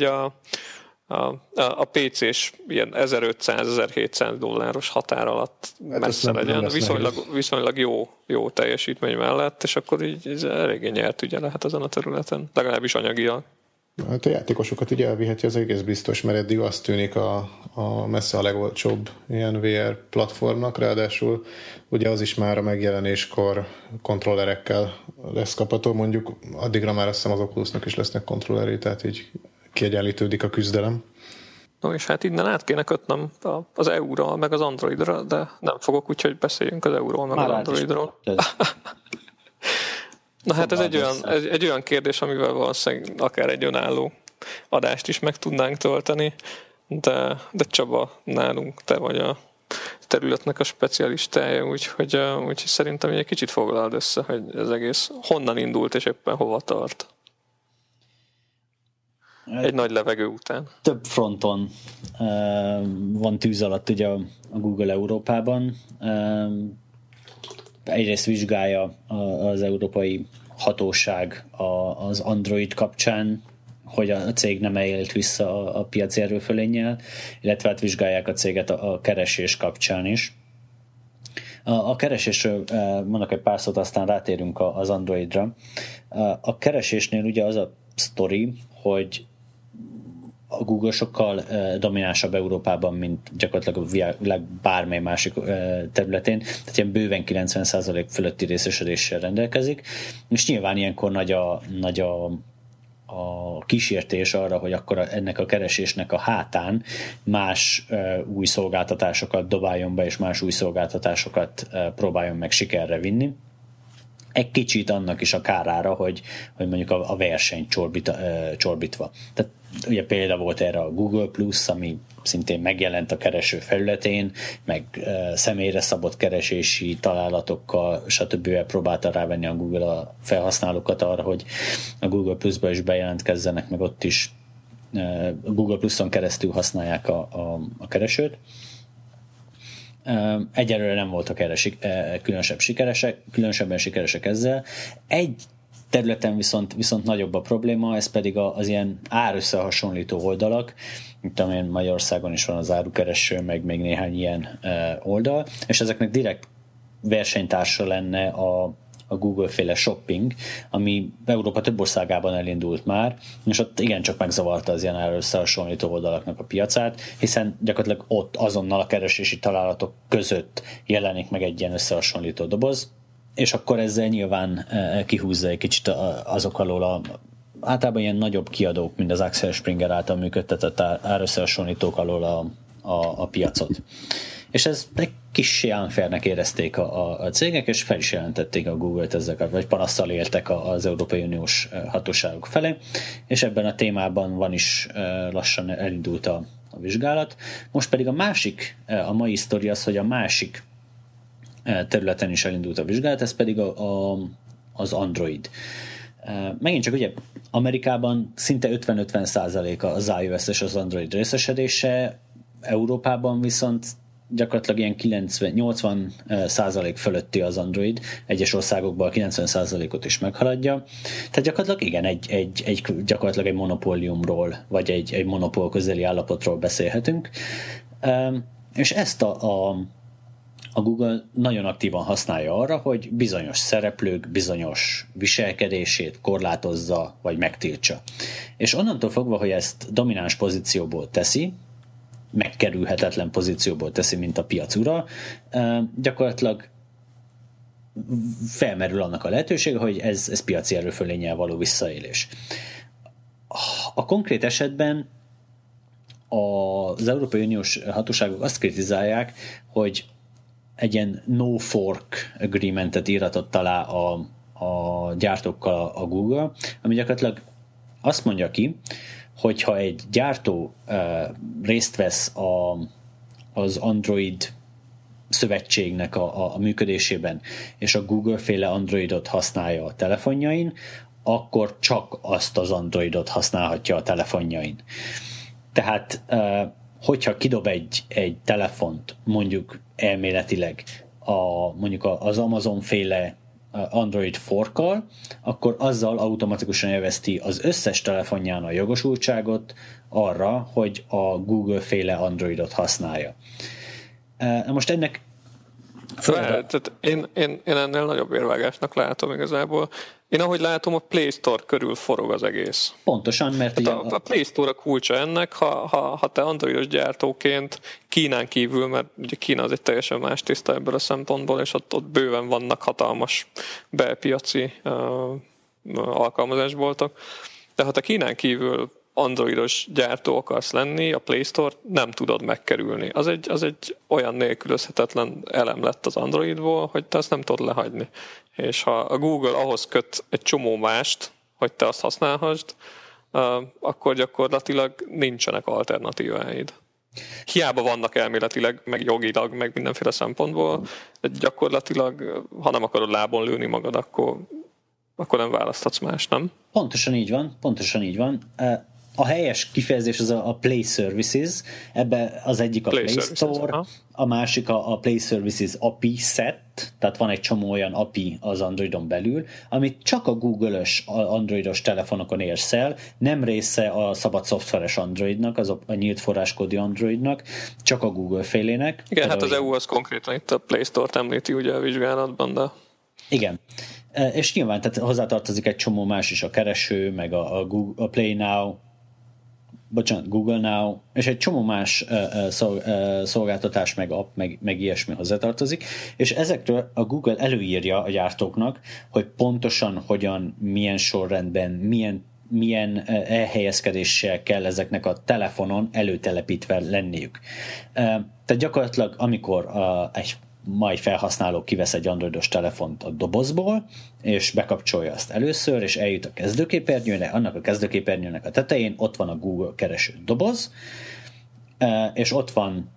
a PC-s ilyen $1500-1700 határ alatt messze legyen. Viszonylag jó teljesítmény mellett, és akkor így eléggé nyert ügye lehet ezen a területen. Legalábbis anyagilag. Hát a játékosokat így elviheti, az egész biztos, mert eddig azt tűnik a messze a legolcsóbb ilyen VR platformnak, ráadásul ugye az is már a megjelenéskor kontrollerekkel lesz kapható, mondjuk addigra már azt hiszem az Oculusnak is lesznek kontrollerei, tehát így kiegyenlítődik a küzdelem. No, és hát innen át kéne kötnöm az EU-ra, meg az Androidra, de nem fogok, úgyhogy beszéljünk az EU-ról, meg már az Androidról. Na hát ez egy olyan kérdés, amivel valószínűleg akár egy önálló adást is meg tudnánk tölteni, de Csaba, nálunk te vagy a területnek a specialistája, úgyhogy szerintem egy kicsit foglald össze, hogy ez egész honnan indult és éppen hova tart. Egy nagy levegő után. Több fronton van tűz alatt ugye a Google Európában. Egyrészt vizsgálja az európai hatóság az Android kapcsán hogy a cég nem élt vissza a piaci erőfölénnyel, illetve hát vizsgálják a céget a keresés kapcsán is. A keresésről mondok egy pár szót, aztán rátérünk az Androidra. A keresésnél ugye az a sztori, hogy a Google sokkal dominánsabb Európában, mint gyakorlatilag a világ bármely másik területén, tehát ilyen bőven 90% fölötti részesedéssel rendelkezik, és nyilván ilyenkor nagy a kísértés arra, hogy akkor ennek a keresésnek a hátán más új szolgáltatásokat dobáljon be, és más új szolgáltatásokat próbáljon meg sikerre vinni. Egy kicsit annak is a kárára, hogy mondjuk a verseny csorbítva. Tehát ugye példa volt erre a Google Plus, ami szintén megjelent a kereső felületén, meg személyre szabott keresési találatokkal, stb. Próbálta rávenni a Google a felhasználókat arra, hogy a Google Plus-ba is bejelentkezzenek, meg ott is a Google Plus-on keresztül használják a keresőt. Egyelőre nem voltak erre különösebben sikeresek ezzel. Egy területen viszont nagyobb a probléma, ez pedig az ilyen árösszehasonlító oldalak, mint amilyen Magyarországon is van az árukereső, meg még néhány ilyen oldal, és ezeknek direkt versenytársa lenne a Google-féle shopping, ami Európa több országában elindult már, és ott igencsak megzavarta az ilyen árösszehasonlító oldalaknak a piacát, hiszen gyakorlatilag ott azonnal a keresési találatok között jelenik meg egy ilyen összehasonlító doboz, és akkor ezzel nyilván kihúzza egy kicsit azok alól általában ilyen nagyobb kiadók, mint az Axel Springer által működtetett árösszehasonlítók alól a piacot. És ez egy kissé unfairnek érezték a cégek, és fel is jelentették a Google-t ezzel, vagy panasztal éltek az Európai Uniós hatóságok felé, és ebben a témában van is lassan elindult a vizsgálat. Most pedig a mai sztori az, hogy a másik területen is elindult a vizsgálat, ez pedig az Android. Megint csak ugye Amerikában szinte 50-50% az iOS és az Android részesedése, Európában viszont gyakorlatilag ilyen 80% fölötti az Android, egyes országokban a 90%-ot is meghaladja. Tehát gyakorlatilag igen, gyakorlatilag egy monopóliumról, vagy egy monopól közeli állapotról beszélhetünk. És ezt a Google nagyon aktívan használja arra, hogy bizonyos szereplők bizonyos viselkedését korlátozza, vagy megtiltsa. És onnantól fogva, hogy ezt domináns pozícióból teszi, megkerülhetetlen pozícióból teszi, mint a piac ura, gyakorlatilag felmerül annak a lehetősége, hogy ez piaci erőfölénnyel való visszaélés. A konkrét esetben az Európai Uniós hatóságok azt kritizálják, hogy egy ilyen no fork agreementet íratott alá a gyártókkal a Google, ami gyakorlatilag azt mondja ki, hogyha egy gyártó részt vesz az Android szövetségnek a működésében, és a Google-féle Androidot használja a telefonjain, akkor csak azt az Androidot használhatja a telefonjain. Tehát hogyha kidob egy telefont, mondjuk elméletileg mondjuk az Amazon-féle Android forkkal, akkor azzal automatikusan elveszti az összes telefonján a jogosultságot arra, hogy a Google-féle Androidot használja. Na most ennek tehát én ennél nagyobb érvágásnak látom igazából. Én ahogy látom, a Play Store körül forog az egész. Pontosan, mert ugye a Play Store a kulcsa ennek, ha te androidos gyártóként Kínán kívül, mert ugye Kína az egy teljesen más tiszta ebből a szempontból, és ott bőven vannak hatalmas belpiaci alkalmazásboltok. De ha te Kínán kívül androidos gyártó akarsz lenni, a Play Store nem tudod megkerülni. Az egy olyan nélkülözhetetlen elem lett az Androidból, hogy te azt nem tudod lehagyni. És ha a Google ahhoz köt egy csomó mást, hogy te azt használhassd, akkor gyakorlatilag nincsenek alternatíváid. Hiába vannak elméletileg, meg jogilag, meg mindenféle szempontból, de gyakorlatilag, ha nem akarod lábon lőni magad, akkor nem választhatsz más, nem? Pontosan így van. a helyes kifejezés az a Play Services, ebbe az egyik a Play Store, a másik a Play Services API set, tehát van egy csomó olyan API az Androidon belül, amit csak a Google-ös androidos telefonokon érsz el, nem része a szabad szoftveres Androidnak, a nyílt forráskódi Androidnak, csak a Google félének. Igen, hát az EU az konkrétan itt a Play Store-t említi ugye a vizsgálatban, de... Igen. És nyilván tehát hozzátartozik egy csomó más is, a kereső, meg a Play Now, Google Now, és egy csomó más szolgáltatás, meg app, meg ilyesmi hozzátartozik, és ezekről a Google előírja a gyártóknak, hogy pontosan hogyan, milyen sorrendben, milyen elhelyezkedéssel kell ezeknek a telefonon előtelepítve lenniük. Tehát gyakorlatilag, amikor egy mai felhasználó kivesz egy androidos telefont a dobozból, és bekapcsolja azt először, és eljut a kezdőképernyőre, annak a kezdőképernyőnek a tetején ott van a Google kereső doboz, és ott van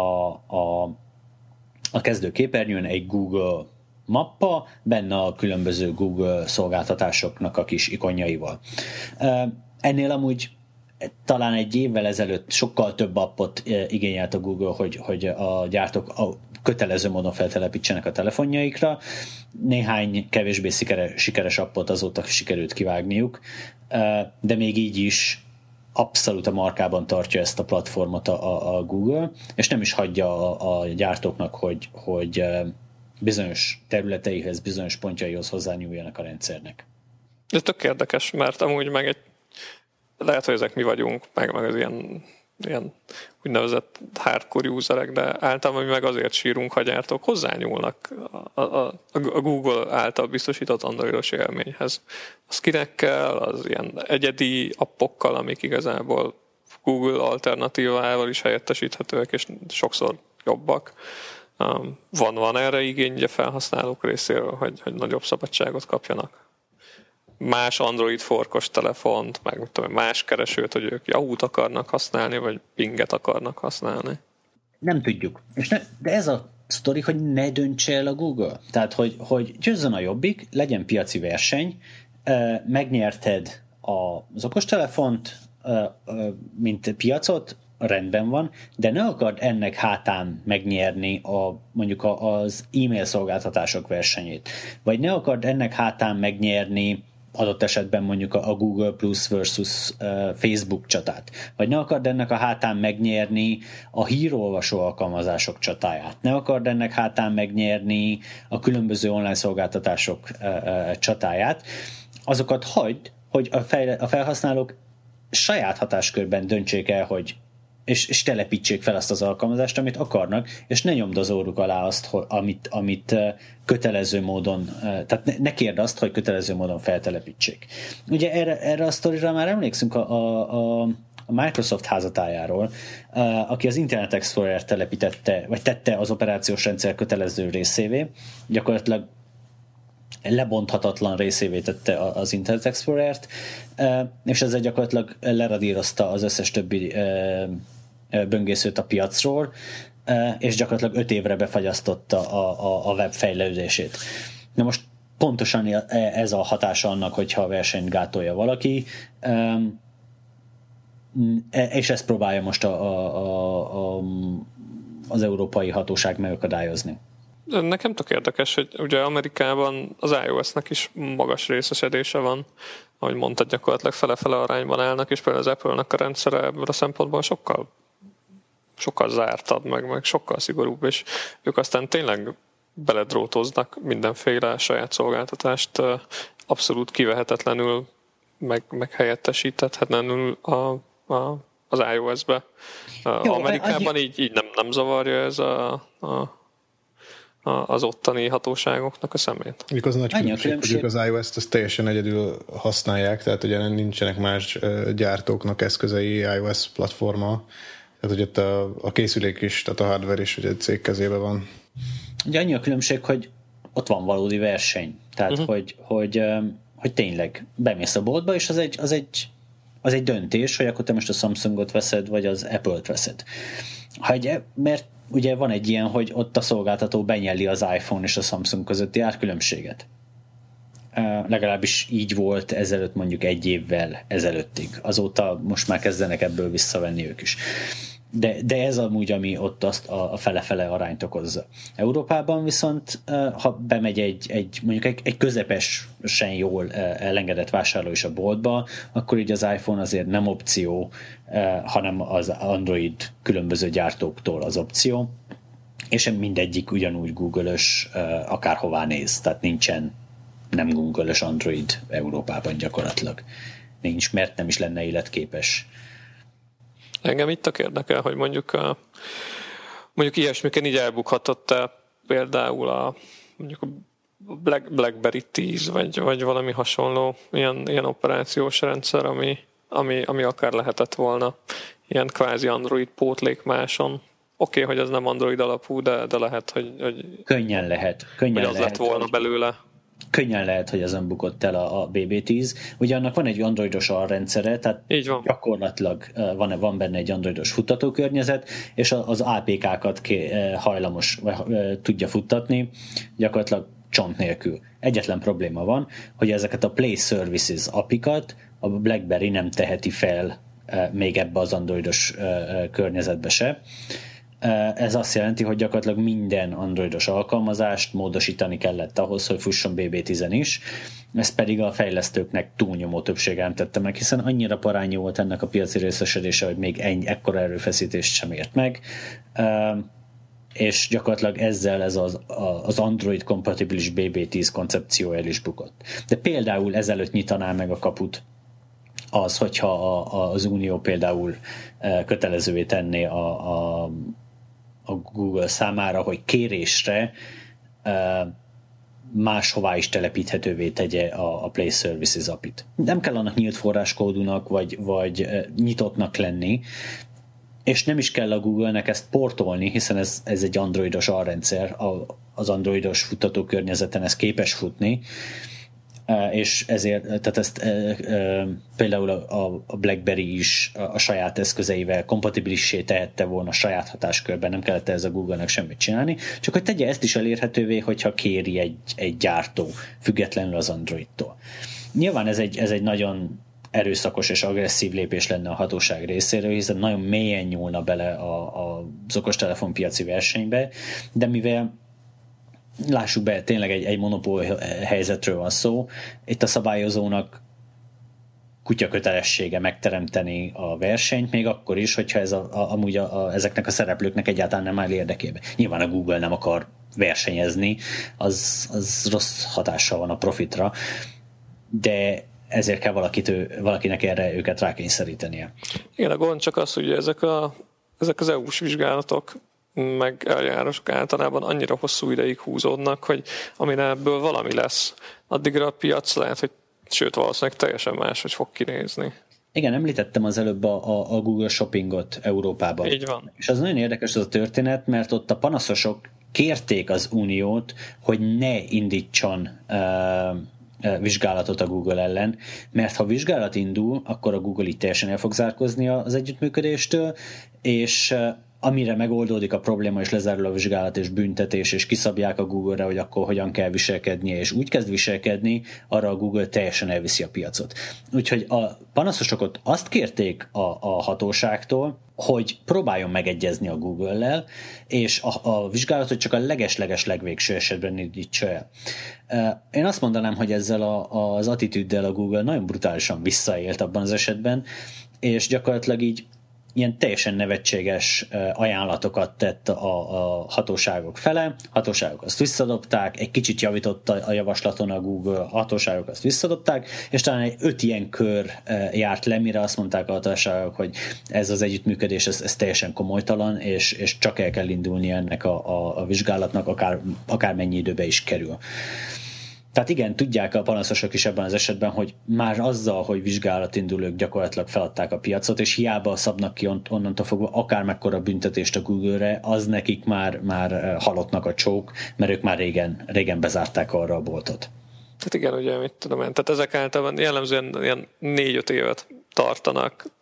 a kezdőképernyőn egy Google mappa, benne a különböző Google szolgáltatásoknak a kis ikonjaival. Ennél amúgy talán egy évvel ezelőtt sokkal több appot igényelt a Google, hogy a gyártók kötelező módon feltelepítsenek a telefonjaikra. Néhány kevésbé sikeres appot azóta sikerült kivágniuk, de még így is abszolút a markában tartja ezt a platformot a Google, és nem is hagyja a gyártóknak, hogy bizonyos területeihez, bizonyos pontjaihoz hozzányúljanak a rendszernek. Ez tök érdekes, mert amúgy meg lehet, hogy ezek mi vagyunk, meg az ilyen úgynevezett hardcore userek, de általában mi meg azért sírunk, ha gyártók hozzányúlnak a Google által biztosított androidos élményhez. A skinekkel, az ilyen egyedi appokkal, amik igazából Google alternatívával is helyettesíthetőek, és sokszor jobbak. Van erre igény a felhasználók részéről, hogy nagyobb szabadságot kapjanak? Más Android forkos telefont, meg más keresőt, hogy ők Yahoo-t akarnak használni, vagy Binget akarnak használni. Nem tudjuk. De ez a sztori, hogy ne döntse el a Google. Tehát, hogy győzzön a Jobbik, legyen piaci verseny, megnyerted az okostelefont, mint piacot, rendben van, de ne akard ennek hátán megnyerni mondjuk az e-mail szolgáltatások versenyét. Vagy ne akard ennek hátán megnyerni adott esetben mondjuk a Google Plus versus Facebook csatát. Vagy ne akard ennek a hátán megnyerni a hírolvasó alkalmazások csatáját. Ne akard ennek hátán megnyerni a különböző online szolgáltatások csatáját. Azokat hagyd, hogy a felhasználók saját hatáskörben döntsék el, hogy és telepítsék fel azt az alkalmazást, amit akarnak, és ne nyomd az óruk alá azt, amit kötelező módon, tehát ne kérd azt, hogy kötelező módon feltelepítsék. Ugye erre a sztorira már emlékszünk a Microsoft házatájáról, aki az Internet Explorer telepítette, vagy tette az operációs rendszer kötelező részévé, gyakorlatilag lebonthatatlan részévé tette az Internet Explorer-t, és ezzel gyakorlatilag leradírozta az összes többi böngészőt a piacról, és gyakorlatilag 5 évre befagyasztotta a web fejlődését. Na most pontosan ez a hatása annak, hogyha a versenyt gátolja valaki, és ezt próbálja most az európai hatóság megakadályozni. Nekem tök érdekes, hogy ugye Amerikában az iOS-nek is magas részesedése van, ahogy mondtad, gyakorlatilag fele-fele arányban állnak, és például az Apple-nek a rendszere ebből a szempontból sokkal zártabb, meg sokkal szigorúbb, és ők aztán tényleg beledrótoznak mindenféle saját szolgáltatást abszolút kivehetetlenül, meg helyettesíthetetlenül az iOS-be. Jó, Amerikában így nem zavarja ez az ottani hatóságoknak a szemét. Mikor az nagy különbség, az iOS-t azt teljesen egyedül használják, tehát ugye nincsenek más gyártóknak eszközei iOS platforma, tehát ugye a készülék is, tehát a hardware is ugye egy cég kezében van. Ugye annyi a különbség, hogy ott van valódi verseny, tehát hogy tényleg bemész a boltba, és az egy döntés, hogy akkor te most a Samsungot veszed, vagy az Apple-t veszed. Mert ugye van egy ilyen, hogy ott a szolgáltató benyeli az iPhone és a Samsung közötti árkülönbséget. legalábbis így volt ezelőtt mondjuk 1 évvel ezelőttig. Azóta most már kezdenek ebből visszavenni ők is. De ez amúgy, ami ott azt a fele-fele arányt okozza. Európában viszont, ha bemegy mondjuk egy közepesen jól elengedett vásárló is a boltba, akkor így az iPhone azért nem opció, hanem az Android különböző gyártóktól az opció, és mindegyik ugyanúgy Google-ös, akárhová néz, tehát nincsen nem Google-ös Android Európában gyakorlatilag. Nincs, mert nem is lenne életképes. Engem itt érdekel, hogy mondjuk ilyesmiken így elbukhatott-e például mondjuk a BlackBerry 10, vagy valami hasonló ilyen operációs rendszer, ami akár lehetett volna ilyen kvázi Android pótlék máson. Oké, hogy ez nem Android alapú, de lehet, hogy könnyen lehet. Hogy az lett volna belőle. Könnyen lehet, hogy ezen bukott el a BB10. Ugye annak van egy androidos alrendszere, tehát gyakorlatilag van benne egy androidos futtatókörnyezet, és az APK-kat hajlamos, tudja futtatni, gyakorlatilag csont nélkül. Egyetlen probléma van, hogy ezeket a Play Services API-kat a BlackBerry nem teheti fel még ebbe az androidos környezetbe se. Ez azt jelenti, hogy gyakorlatilag minden androidos alkalmazást módosítani kellett ahhoz, hogy fusson BB10-en is. Ez pedig a fejlesztőknek túlnyomó többsége nem tette meg, hiszen annyira parányi volt ennek a piaci részesedése, hogy még ekkora erőfeszítést sem ért meg. És gyakorlatilag ezzel ez az Android kompatibilis BB10 koncepció el is bukott. De például ezelőtt nyitaná meg a kaput az, hogyha az Unió például kötelezővé tenné a Google számára, hogy kérésre máshová is telepíthetővé tegye a Play Services API-t. Nem kell annak nyílt forráskódúnak, vagy nyitottnak lenni, és nem is kell a Google-nek ezt portolni, hiszen ez egy androidos alrendszer, az androidos futtatókörnyezeten ez képes futni, és ezért, tehát ezt például a BlackBerry is a saját eszközeivel kompatibilissé tehette volna a saját hatáskörben, nem kellett ez a Google-nek semmit csinálni, csak hogy tegye ezt is elérhetővé, hogyha kéri egy gyártó, függetlenül az Androidtól. Nyilván ez egy nagyon erőszakos és agresszív lépés lenne a hatóság részéről, hiszen nagyon mélyen nyúlna bele az okostelefon piaci versenybe, de mivel lássuk be, tényleg egy monopól helyzetről van szó. Itt a szabályozónak kutya kötelessége megteremteni a versenyt, még akkor is, hogyha ez amúgy ezeknek a szereplőknek egyáltalán nem áll érdekébe. Nyilván a Google nem akar versenyezni, az rossz hatással van a profitra, de ezért kell valakinek erre őket rákényszerítenie. Igen, a gond csak az, hogy ezek az EU-s vizsgálatok meg eljárások általában annyira hosszú ideig húzódnak, hogy amire ebből valami lesz, addigra a piac lehet, hogy sőt, valószínűleg teljesen máshogy fog kinézni. Igen, említettem az előbb a Google Shoppingot Európában. Így van. És az nagyon érdekes az a történet, mert ott a panaszosok kérték az Uniót, hogy ne indítson vizsgálatot a Google ellen, mert ha vizsgálat indul, akkor a Google itt teljesen el fog zárkózni az együttműködéstől, és amire megoldódik a probléma, és lezárul a vizsgálat és büntetés, és kiszabják a Google-re, hogy akkor hogyan kell viselkednie, és úgy kezd viselkedni, arra a Google teljesen elviszi a piacot. Úgyhogy a panaszosok azt kérték a hatóságtól, hogy próbáljon megegyezni a Google-lel, és a vizsgálatot csak a leges legvégső esetben indítsa el. Én azt mondanám, hogy ezzel az attitűddel a Google nagyon brutálisan visszaélt abban az esetben, és gyakorlatilag így ilyen teljesen nevetséges ajánlatokat tett a hatóságok fele, hatóságok azt visszadobták, egy kicsit javított a javaslaton a Google, a hatóságok azt visszadobták, és talán egy 5 ilyen kör járt le, mire azt mondták a hatóságok, hogy ez az együttműködés, ez teljesen komolytalan, és csak el kell indulni ennek a vizsgálatnak, akármennyi időbe is kerül. Tehát igen, tudják a panaszosok is ebben az esetben, hogy már azzal, hogy vizsgálat indul, ők gyakorlatilag feladták a piacot, és hiába szabnak ki onnantól fogva akármekkora büntetést a Google-re, az nekik már halottnak a csók, mert ők már régen bezárták arra a boltot. Tehát igen, ugye, mit tudom én, tehát ezek általában jellemzően ilyen 4-5 évet tartanak, tehát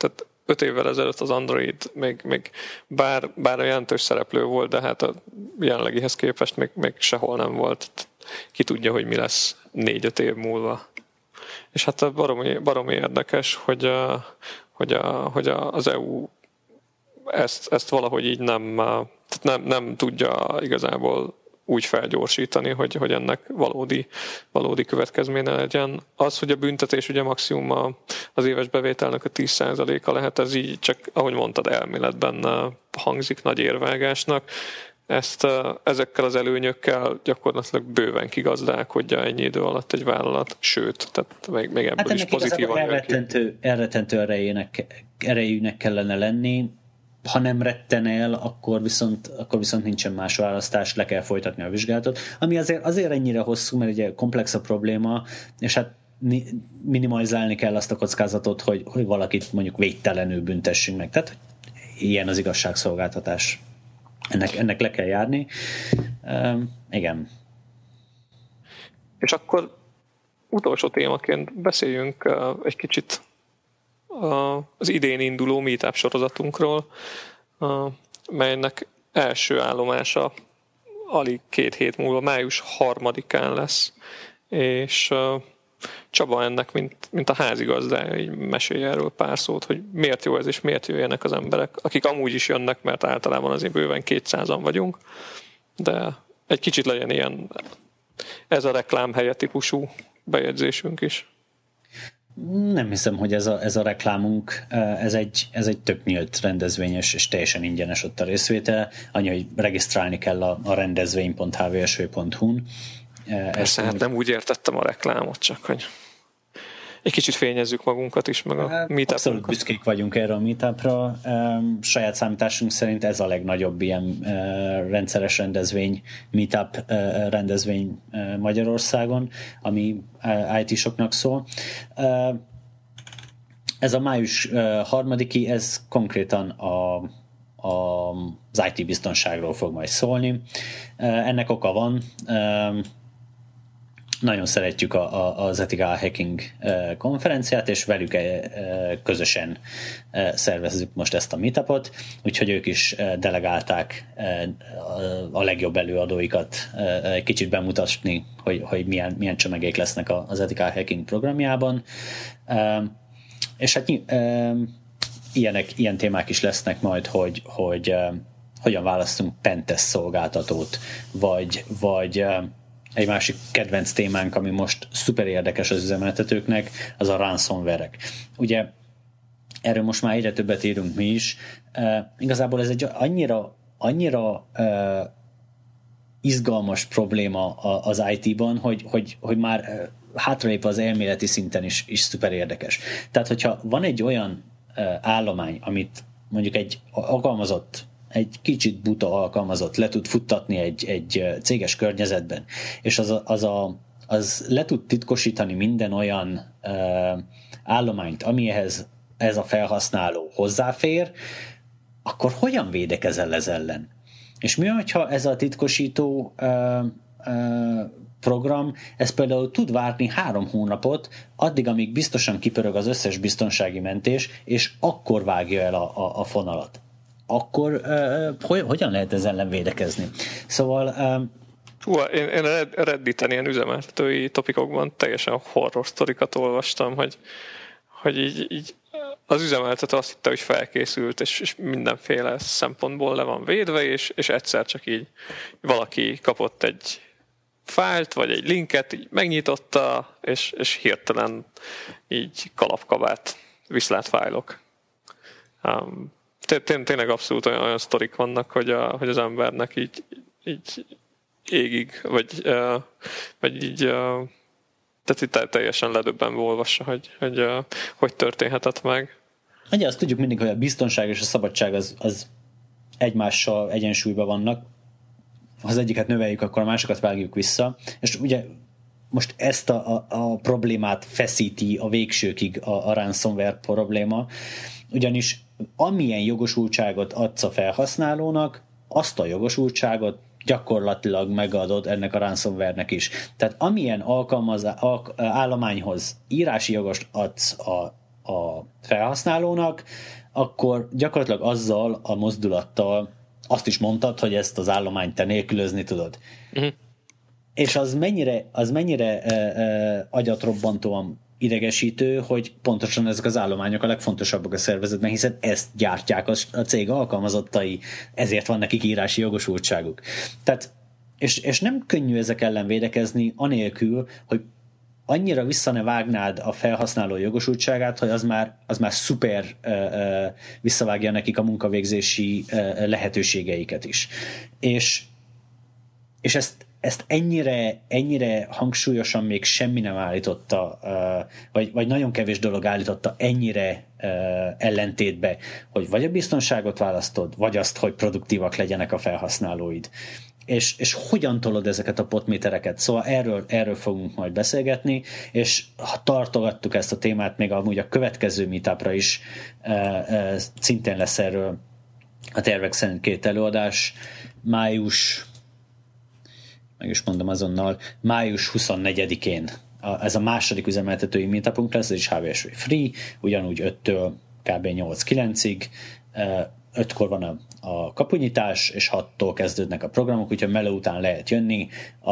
5 évvel ezelőtt az Android még bár a jelentős szereplő volt, de hát a jelenlegihez képest még sehol nem volt. Ki tudja, hogy mi lesz 4-5 év múlva. És hát baromi érdekes, hogy az EU ezt valahogy így nem tudja igazából úgy felgyorsítani, hogy ennek valódi következménye legyen. Az, hogy a büntetés ugye maximum az éves bevételnek a 10%-a lehet, ez így csak, ahogy mondtad, elméletben hangzik nagy érvágásnak. Ezekkel az előnyökkel gyakorlatilag bőven kigazdálkodja ennyi idő alatt egy vállalat, sőt, tehát még ebből is pozitívan elrettentő erejűnek kellene lenni. Ha nem retten el, akkor viszont nincsen más választás, le kell folytatni a vizsgálatot, ami azért ennyire hosszú, mert ugye komplex a probléma, és hát minimalizálni kell azt a kockázatot, hogy valakit mondjuk védtelenül büntessünk meg. Tehát ilyen az igazságszolgáltatás. Ennek le kell járni. Igen. És akkor utolsó témaként beszéljünk egy kicsit az idén induló Meetup sorozatunkról, melynek első állomása alig 2 hét múlva, május 3-án lesz, és Csaba ennek, mint a házigazdája, így mesélj erről pár szót, hogy miért jó ez, és miért jöjjenek az emberek, akik amúgy is jönnek, mert általában azért bőven 200-an vagyunk, de egy kicsit legyen ilyen ez a reklámhelye típusú bejegyzésünk is. Nem hiszem, hogy ez a reklámunk, ez egy tök nyílt rendezvényes, és teljesen ingyenes ott a részvétel. Annyi, hogy regisztrálni kell a rendezvény.hvsv.hu-n. Persze, hát nem úgy értettem a reklámot, csak hogy egy kicsit fényezzük magunkat is, meg a meetupunkat. Abszolút büszkék vagyunk erre a meetupra. Saját számításunk szerint ez a legnagyobb ilyen rendszeres rendezvény, meetup rendezvény Magyarországon, ami IT-soknak szól. Ez a május 3-i, ez konkrétan az IT biztonságról fog majd szólni. Ennek oka van. Nagyon szeretjük az Ethical Hacking konferenciát, és velük közösen szervezzük most ezt a meetupot, úgyhogy ők is delegálták a legjobb előadóikat kicsit bemutatni, hogy milyen csomagék lesznek az Ethical Hacking programjában. És hát ilyen témák is lesznek majd, hogy hogyan választunk pentest szolgáltatót, vagy egy másik kedvenc témánk, ami most szuper érdekes az üzemeltetőknek, az a ransomware-ek. Ugye erről most már egyre többet írunk mi is. Igazából ez egy annyira izgalmas probléma az IT-ban, hogy már hátralépve az elméleti szinten is szuper érdekes. Tehát, hogyha van egy olyan állomány, amit mondjuk egy alkalmazott, egy kicsit buta alkalmazott le tud futtatni egy céges környezetben, és az le tud titkosítani minden olyan állományt, amihez ez a felhasználó hozzáfér, akkor hogyan védekezel ez ellen? És mi, hogyha ez a titkosító program, ez például tud várni 3 hónapot, addig, amíg biztosan kipörög az összes biztonsági mentés, és akkor vágja el a fonalat. Akkor hogyan lehet ez ellen védekezni? Szóval... Én Redditen ilyen üzemeltetői topikokban teljesen horror sztorikat olvastam, hogy így az üzemeltető azt hitte, hogy felkészült, és mindenféle szempontból le van védve, és egyszer csak így valaki kapott egy fájlt, vagy egy linket, így megnyitotta, és hirtelen így kalapkabát, viszlátfájlok. Tényleg abszolút olyan sztorik vannak, hogy az embernek így égig, vagy így tehát itt teljesen ledöbbenve olvassa, hogy történhetett meg. Ugye azt tudjuk mindig, hogy a biztonság és a szabadság az egymással egyensúlyban vannak. Ha az egyiket növeljük, akkor a másokat vágjuk vissza. És ugye most ezt a problémát feszíti a végsőkig a ransomware probléma, ugyanis amilyen jogosultságot adsz a felhasználónak, azt a jogosultságot gyakorlatilag megadod ennek a ransomware-nek is. Tehát amilyen állományhoz írási jogost adsz a felhasználónak, akkor gyakorlatilag azzal a mozdulattal azt is mondtad, hogy ezt az állományt te nélkülözni tudod. Uh-huh. És az mennyire agyatrobbantóan idegesítő, hogy pontosan ezek az állományok a legfontosabbak a szervezetben, hiszen ezt gyártják a cég alkalmazottai, ezért van nekik írási jogosultságuk. Tehát, és nem könnyű ezek ellen védekezni, anélkül, hogy annyira vissza ne vágnád a felhasználó jogosultságát, hogy az már szuper visszavágja nekik a munkavégzési lehetőségeiket is. És ezt ennyire hangsúlyosan még semmi nem állította, vagy nagyon kevés dolog állította ennyire ellentétbe, hogy vagy a biztonságot választod, vagy azt, hogy produktívak legyenek a felhasználóid. És hogyan tolod ezeket a potmétereket? Szóval erről fogunk majd beszélgetni, és ha tartogattuk ezt a témát, még amúgy a következő meetupra is szintén lesz erről a tervek szerint 2 előadás, meg is mondom azonnal, május 24-én ez a második üzemeltetői meetupunk lesz, ez is HVSV Free, ugyanúgy 5-től kb. 8-9-ig, 5-kor van a kapunyítás, és 6-tól kezdődnek a programok, úgyhogy meló után lehet jönni,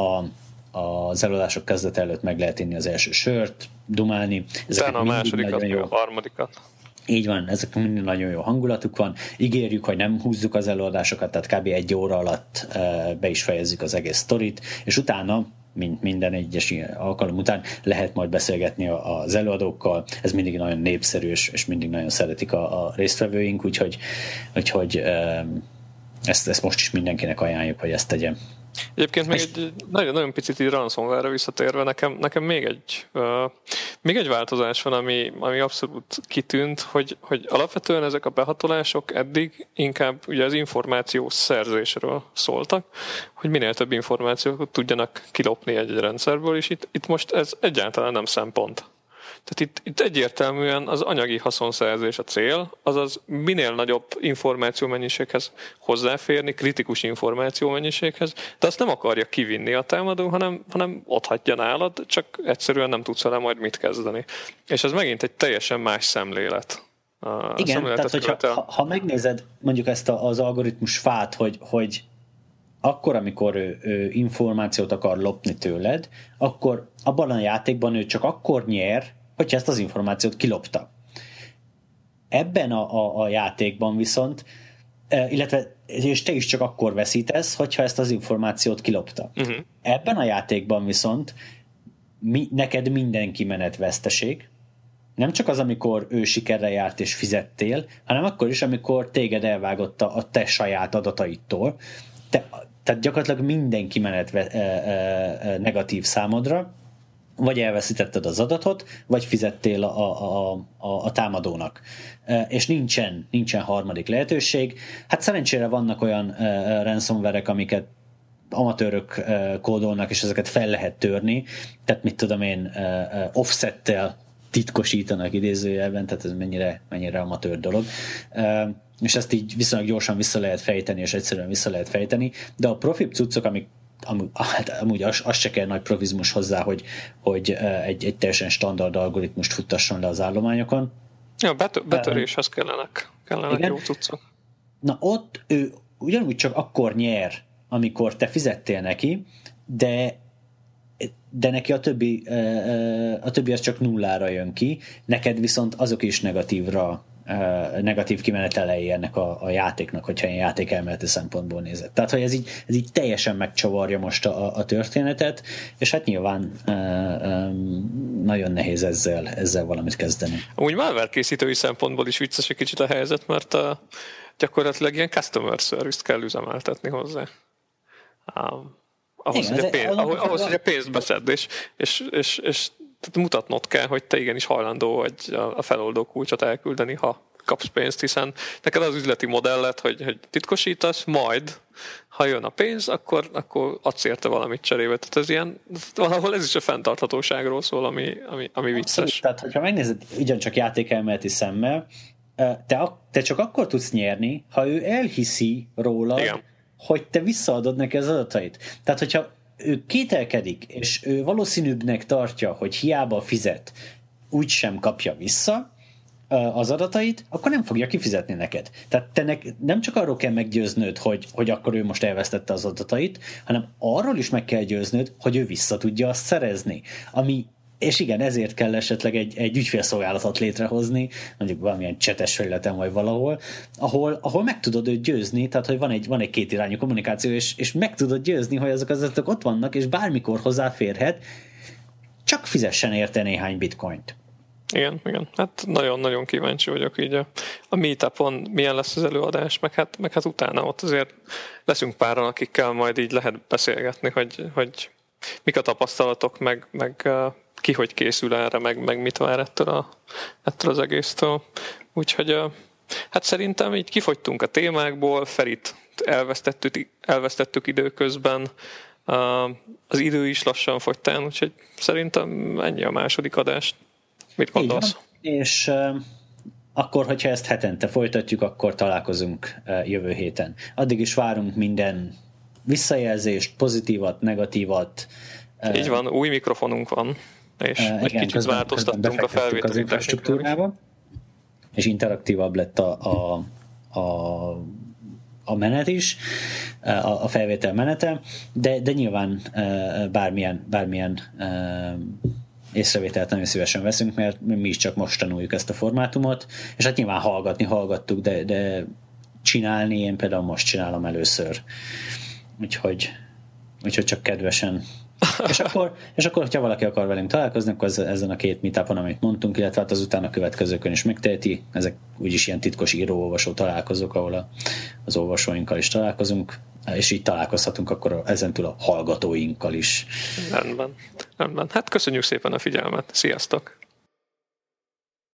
az előadások kezdete előtt meg lehet inni az első sört, dumálni. Utána a másodikat, a harmadikat. Így van, ezek mindig nagyon jó hangulatuk van. Ígérjük, hogy nem húzzuk az előadásokat, tehát kb. 1 óra alatt be is fejezzük az egész sztorit, és utána, mint minden egyes alkalom után lehet majd beszélgetni az előadókkal. Ez mindig nagyon népszerű, és mindig nagyon szeretik a résztvevőink, úgyhogy ezt most is mindenkinek ajánljuk, hogy ezt tegyen. Egyébként még egy nagyon picit így ransomware-re visszatérve, nekem még egy változás van, ami abszolút kitűnt, hogy alapvetően ezek a behatolások eddig inkább ugye az információ szerzésről szóltak, hogy minél több információt tudjanak kilopni egy rendszerből, és itt most ez egyáltalán nem szempont. Tehát itt egyértelműen az anyagi haszonszerzés a cél, azaz minél nagyobb információmennyiséghez hozzáférni, kritikus információmennyiséghez, de azt nem akarja kivinni a támadó, hanem otthagyja nálad, csak egyszerűen nem tudsz vele majd mit kezdeni. És ez megint egy teljesen más szemlélet. Igen, tehát hogyha ha megnézed mondjuk ezt az algoritmus fát, hogy akkor, amikor ő információt akar lopni tőled, akkor abban a játékban ő csak akkor nyer, hogyha ezt az információt kilopta. Ebben a játékban viszont, illetve és te is csak akkor veszítesz, hogyha ezt az információt kilopta. Uh-huh. Ebben a játékban viszont neked minden kimenet veszteség, nem csak az, amikor ő sikerrel járt és fizettél, hanem akkor is, amikor téged elvágott a te saját adataidtól. Tehát gyakorlatilag minden kimenet negatív számodra, vagy elveszítetted az adatot, vagy fizettél a támadónak. És nincsen harmadik lehetőség. Hát szerencsére vannak olyan ransomware-ek, amiket amatőrök kódolnak, és ezeket fel lehet törni. Tehát mit tudom én, offsettel titkosítanak idézőjelben, tehát ez mennyire amatőr dolog. És ezt így viszonylag gyorsan vissza lehet fejteni, és egyszerűen vissza lehet fejteni, de a profibb cuccok, amik amúgy az se kell nagy profizmus hozzá, hogy egy teljesen standard algoritmust futtasson le az állományokon. Ja, betöréshez kellenek jó cuccok. Na ott ő ugyanúgy csak akkor nyer, amikor te fizettél neki, de neki a többi az csak nullára jön ki, neked viszont azok is negatív kimenetelei ennek a játéknak, hogyha ilyen játékelméleti szempontból nézed. Tehát, hogy ez így teljesen megcsavarja most a történetet, és hát nyilván nagyon nehéz ezzel valamit kezdeni. Úgy malware készítői szempontból is vicces egy kicsit a helyzet, mert gyakorlatilag ilyen customer service-t kell üzemeltetni hozzá. Ahhoz, hogy a pénzt beszedd, és mutatnod kell, hogy te igenis hajlandó vagy a feloldó kulcsot elküldeni, ha kapsz pénzt, hiszen neked az üzleti modellet, hogy titkosítasz, majd, ha jön a pénz, akkor adsz érte valamit cserébe. Tehát ez ilyen, valahol ez is a fenntarthatóságról szól, ami vicces. Abszolút, tehát, hogyha megnézed ugyancsak játékelméleti szemmel, te csak akkor tudsz nyerni, ha ő elhiszi rólad, igen, hogy te visszaadod neki az adatait. Tehát, hogyha ő kételkedik, és ő valószínűbbnek tartja, hogy hiába fizet, úgysem kapja vissza, az adatait, akkor nem fogja kifizetni neked. Tehát te nem csak arról kell meggyőznöd, hogy akkor ő most elvesztette az adatait, hanem arról is meg kell győznöd, hogy ő vissza tudja azt szerezni. És igen, ezért kell esetleg egy ügyfélszolgálatot létrehozni, mondjuk valamilyen csetes felületen vagy valahol, ahol meg tudod őt győzni, tehát hogy van egy kétirányú kommunikáció, és meg tudod győzni, hogy azok az adatok ott vannak, és bármikor hozzáférhet, csak fizessen érte néhány bitcoint. Igen. Hát nagyon-nagyon kíváncsi vagyok így a meetupon, milyen lesz az előadás, meg hát utána ott azért leszünk páran, akikkel majd így lehet beszélgetni, hogy mik a tapasztalatok, meg ki hogy készül erre, meg mit vár ettől az egésztől. Úgyhogy hát szerintem így kifogytunk a témákból, Ferit elvesztettük időközben, az idő is lassan fogyt el, úgyhogy szerintem ennyi a második adás. Mit gondolsz? És akkor, hogyha ezt hetente folytatjuk, akkor találkozunk jövő héten. Addig is várunk minden visszajelzést, pozitívat, negatívat. Így van, új mikrofonunk van, és egy kicsit változtattunk a felvételi infrastruktúrába, és interaktívabb lett a menet is, a felvétel menete, de nyilván bármilyen észrevételt nagyon szívesen veszünk, mert mi is csak most tanuljuk ezt a formátumot, és hát nyilván hallgattuk, de csinálni, én például most csinálom először. Úgyhogy csak kedvesen. És akkor, hogyha valaki akar velünk találkozni, akkor ezen a 2 meetupon, amit mondtunk, illetve hát azután a következőkön is megteheti. Ezek úgyis ilyen titkos író-olvasó találkozók, ahol az olvasóinkkal is találkozunk, és így találkozhatunk akkor ezentúl a hallgatóinkkal is. Rendben. Hát köszönjük szépen a figyelmet. Sziasztok!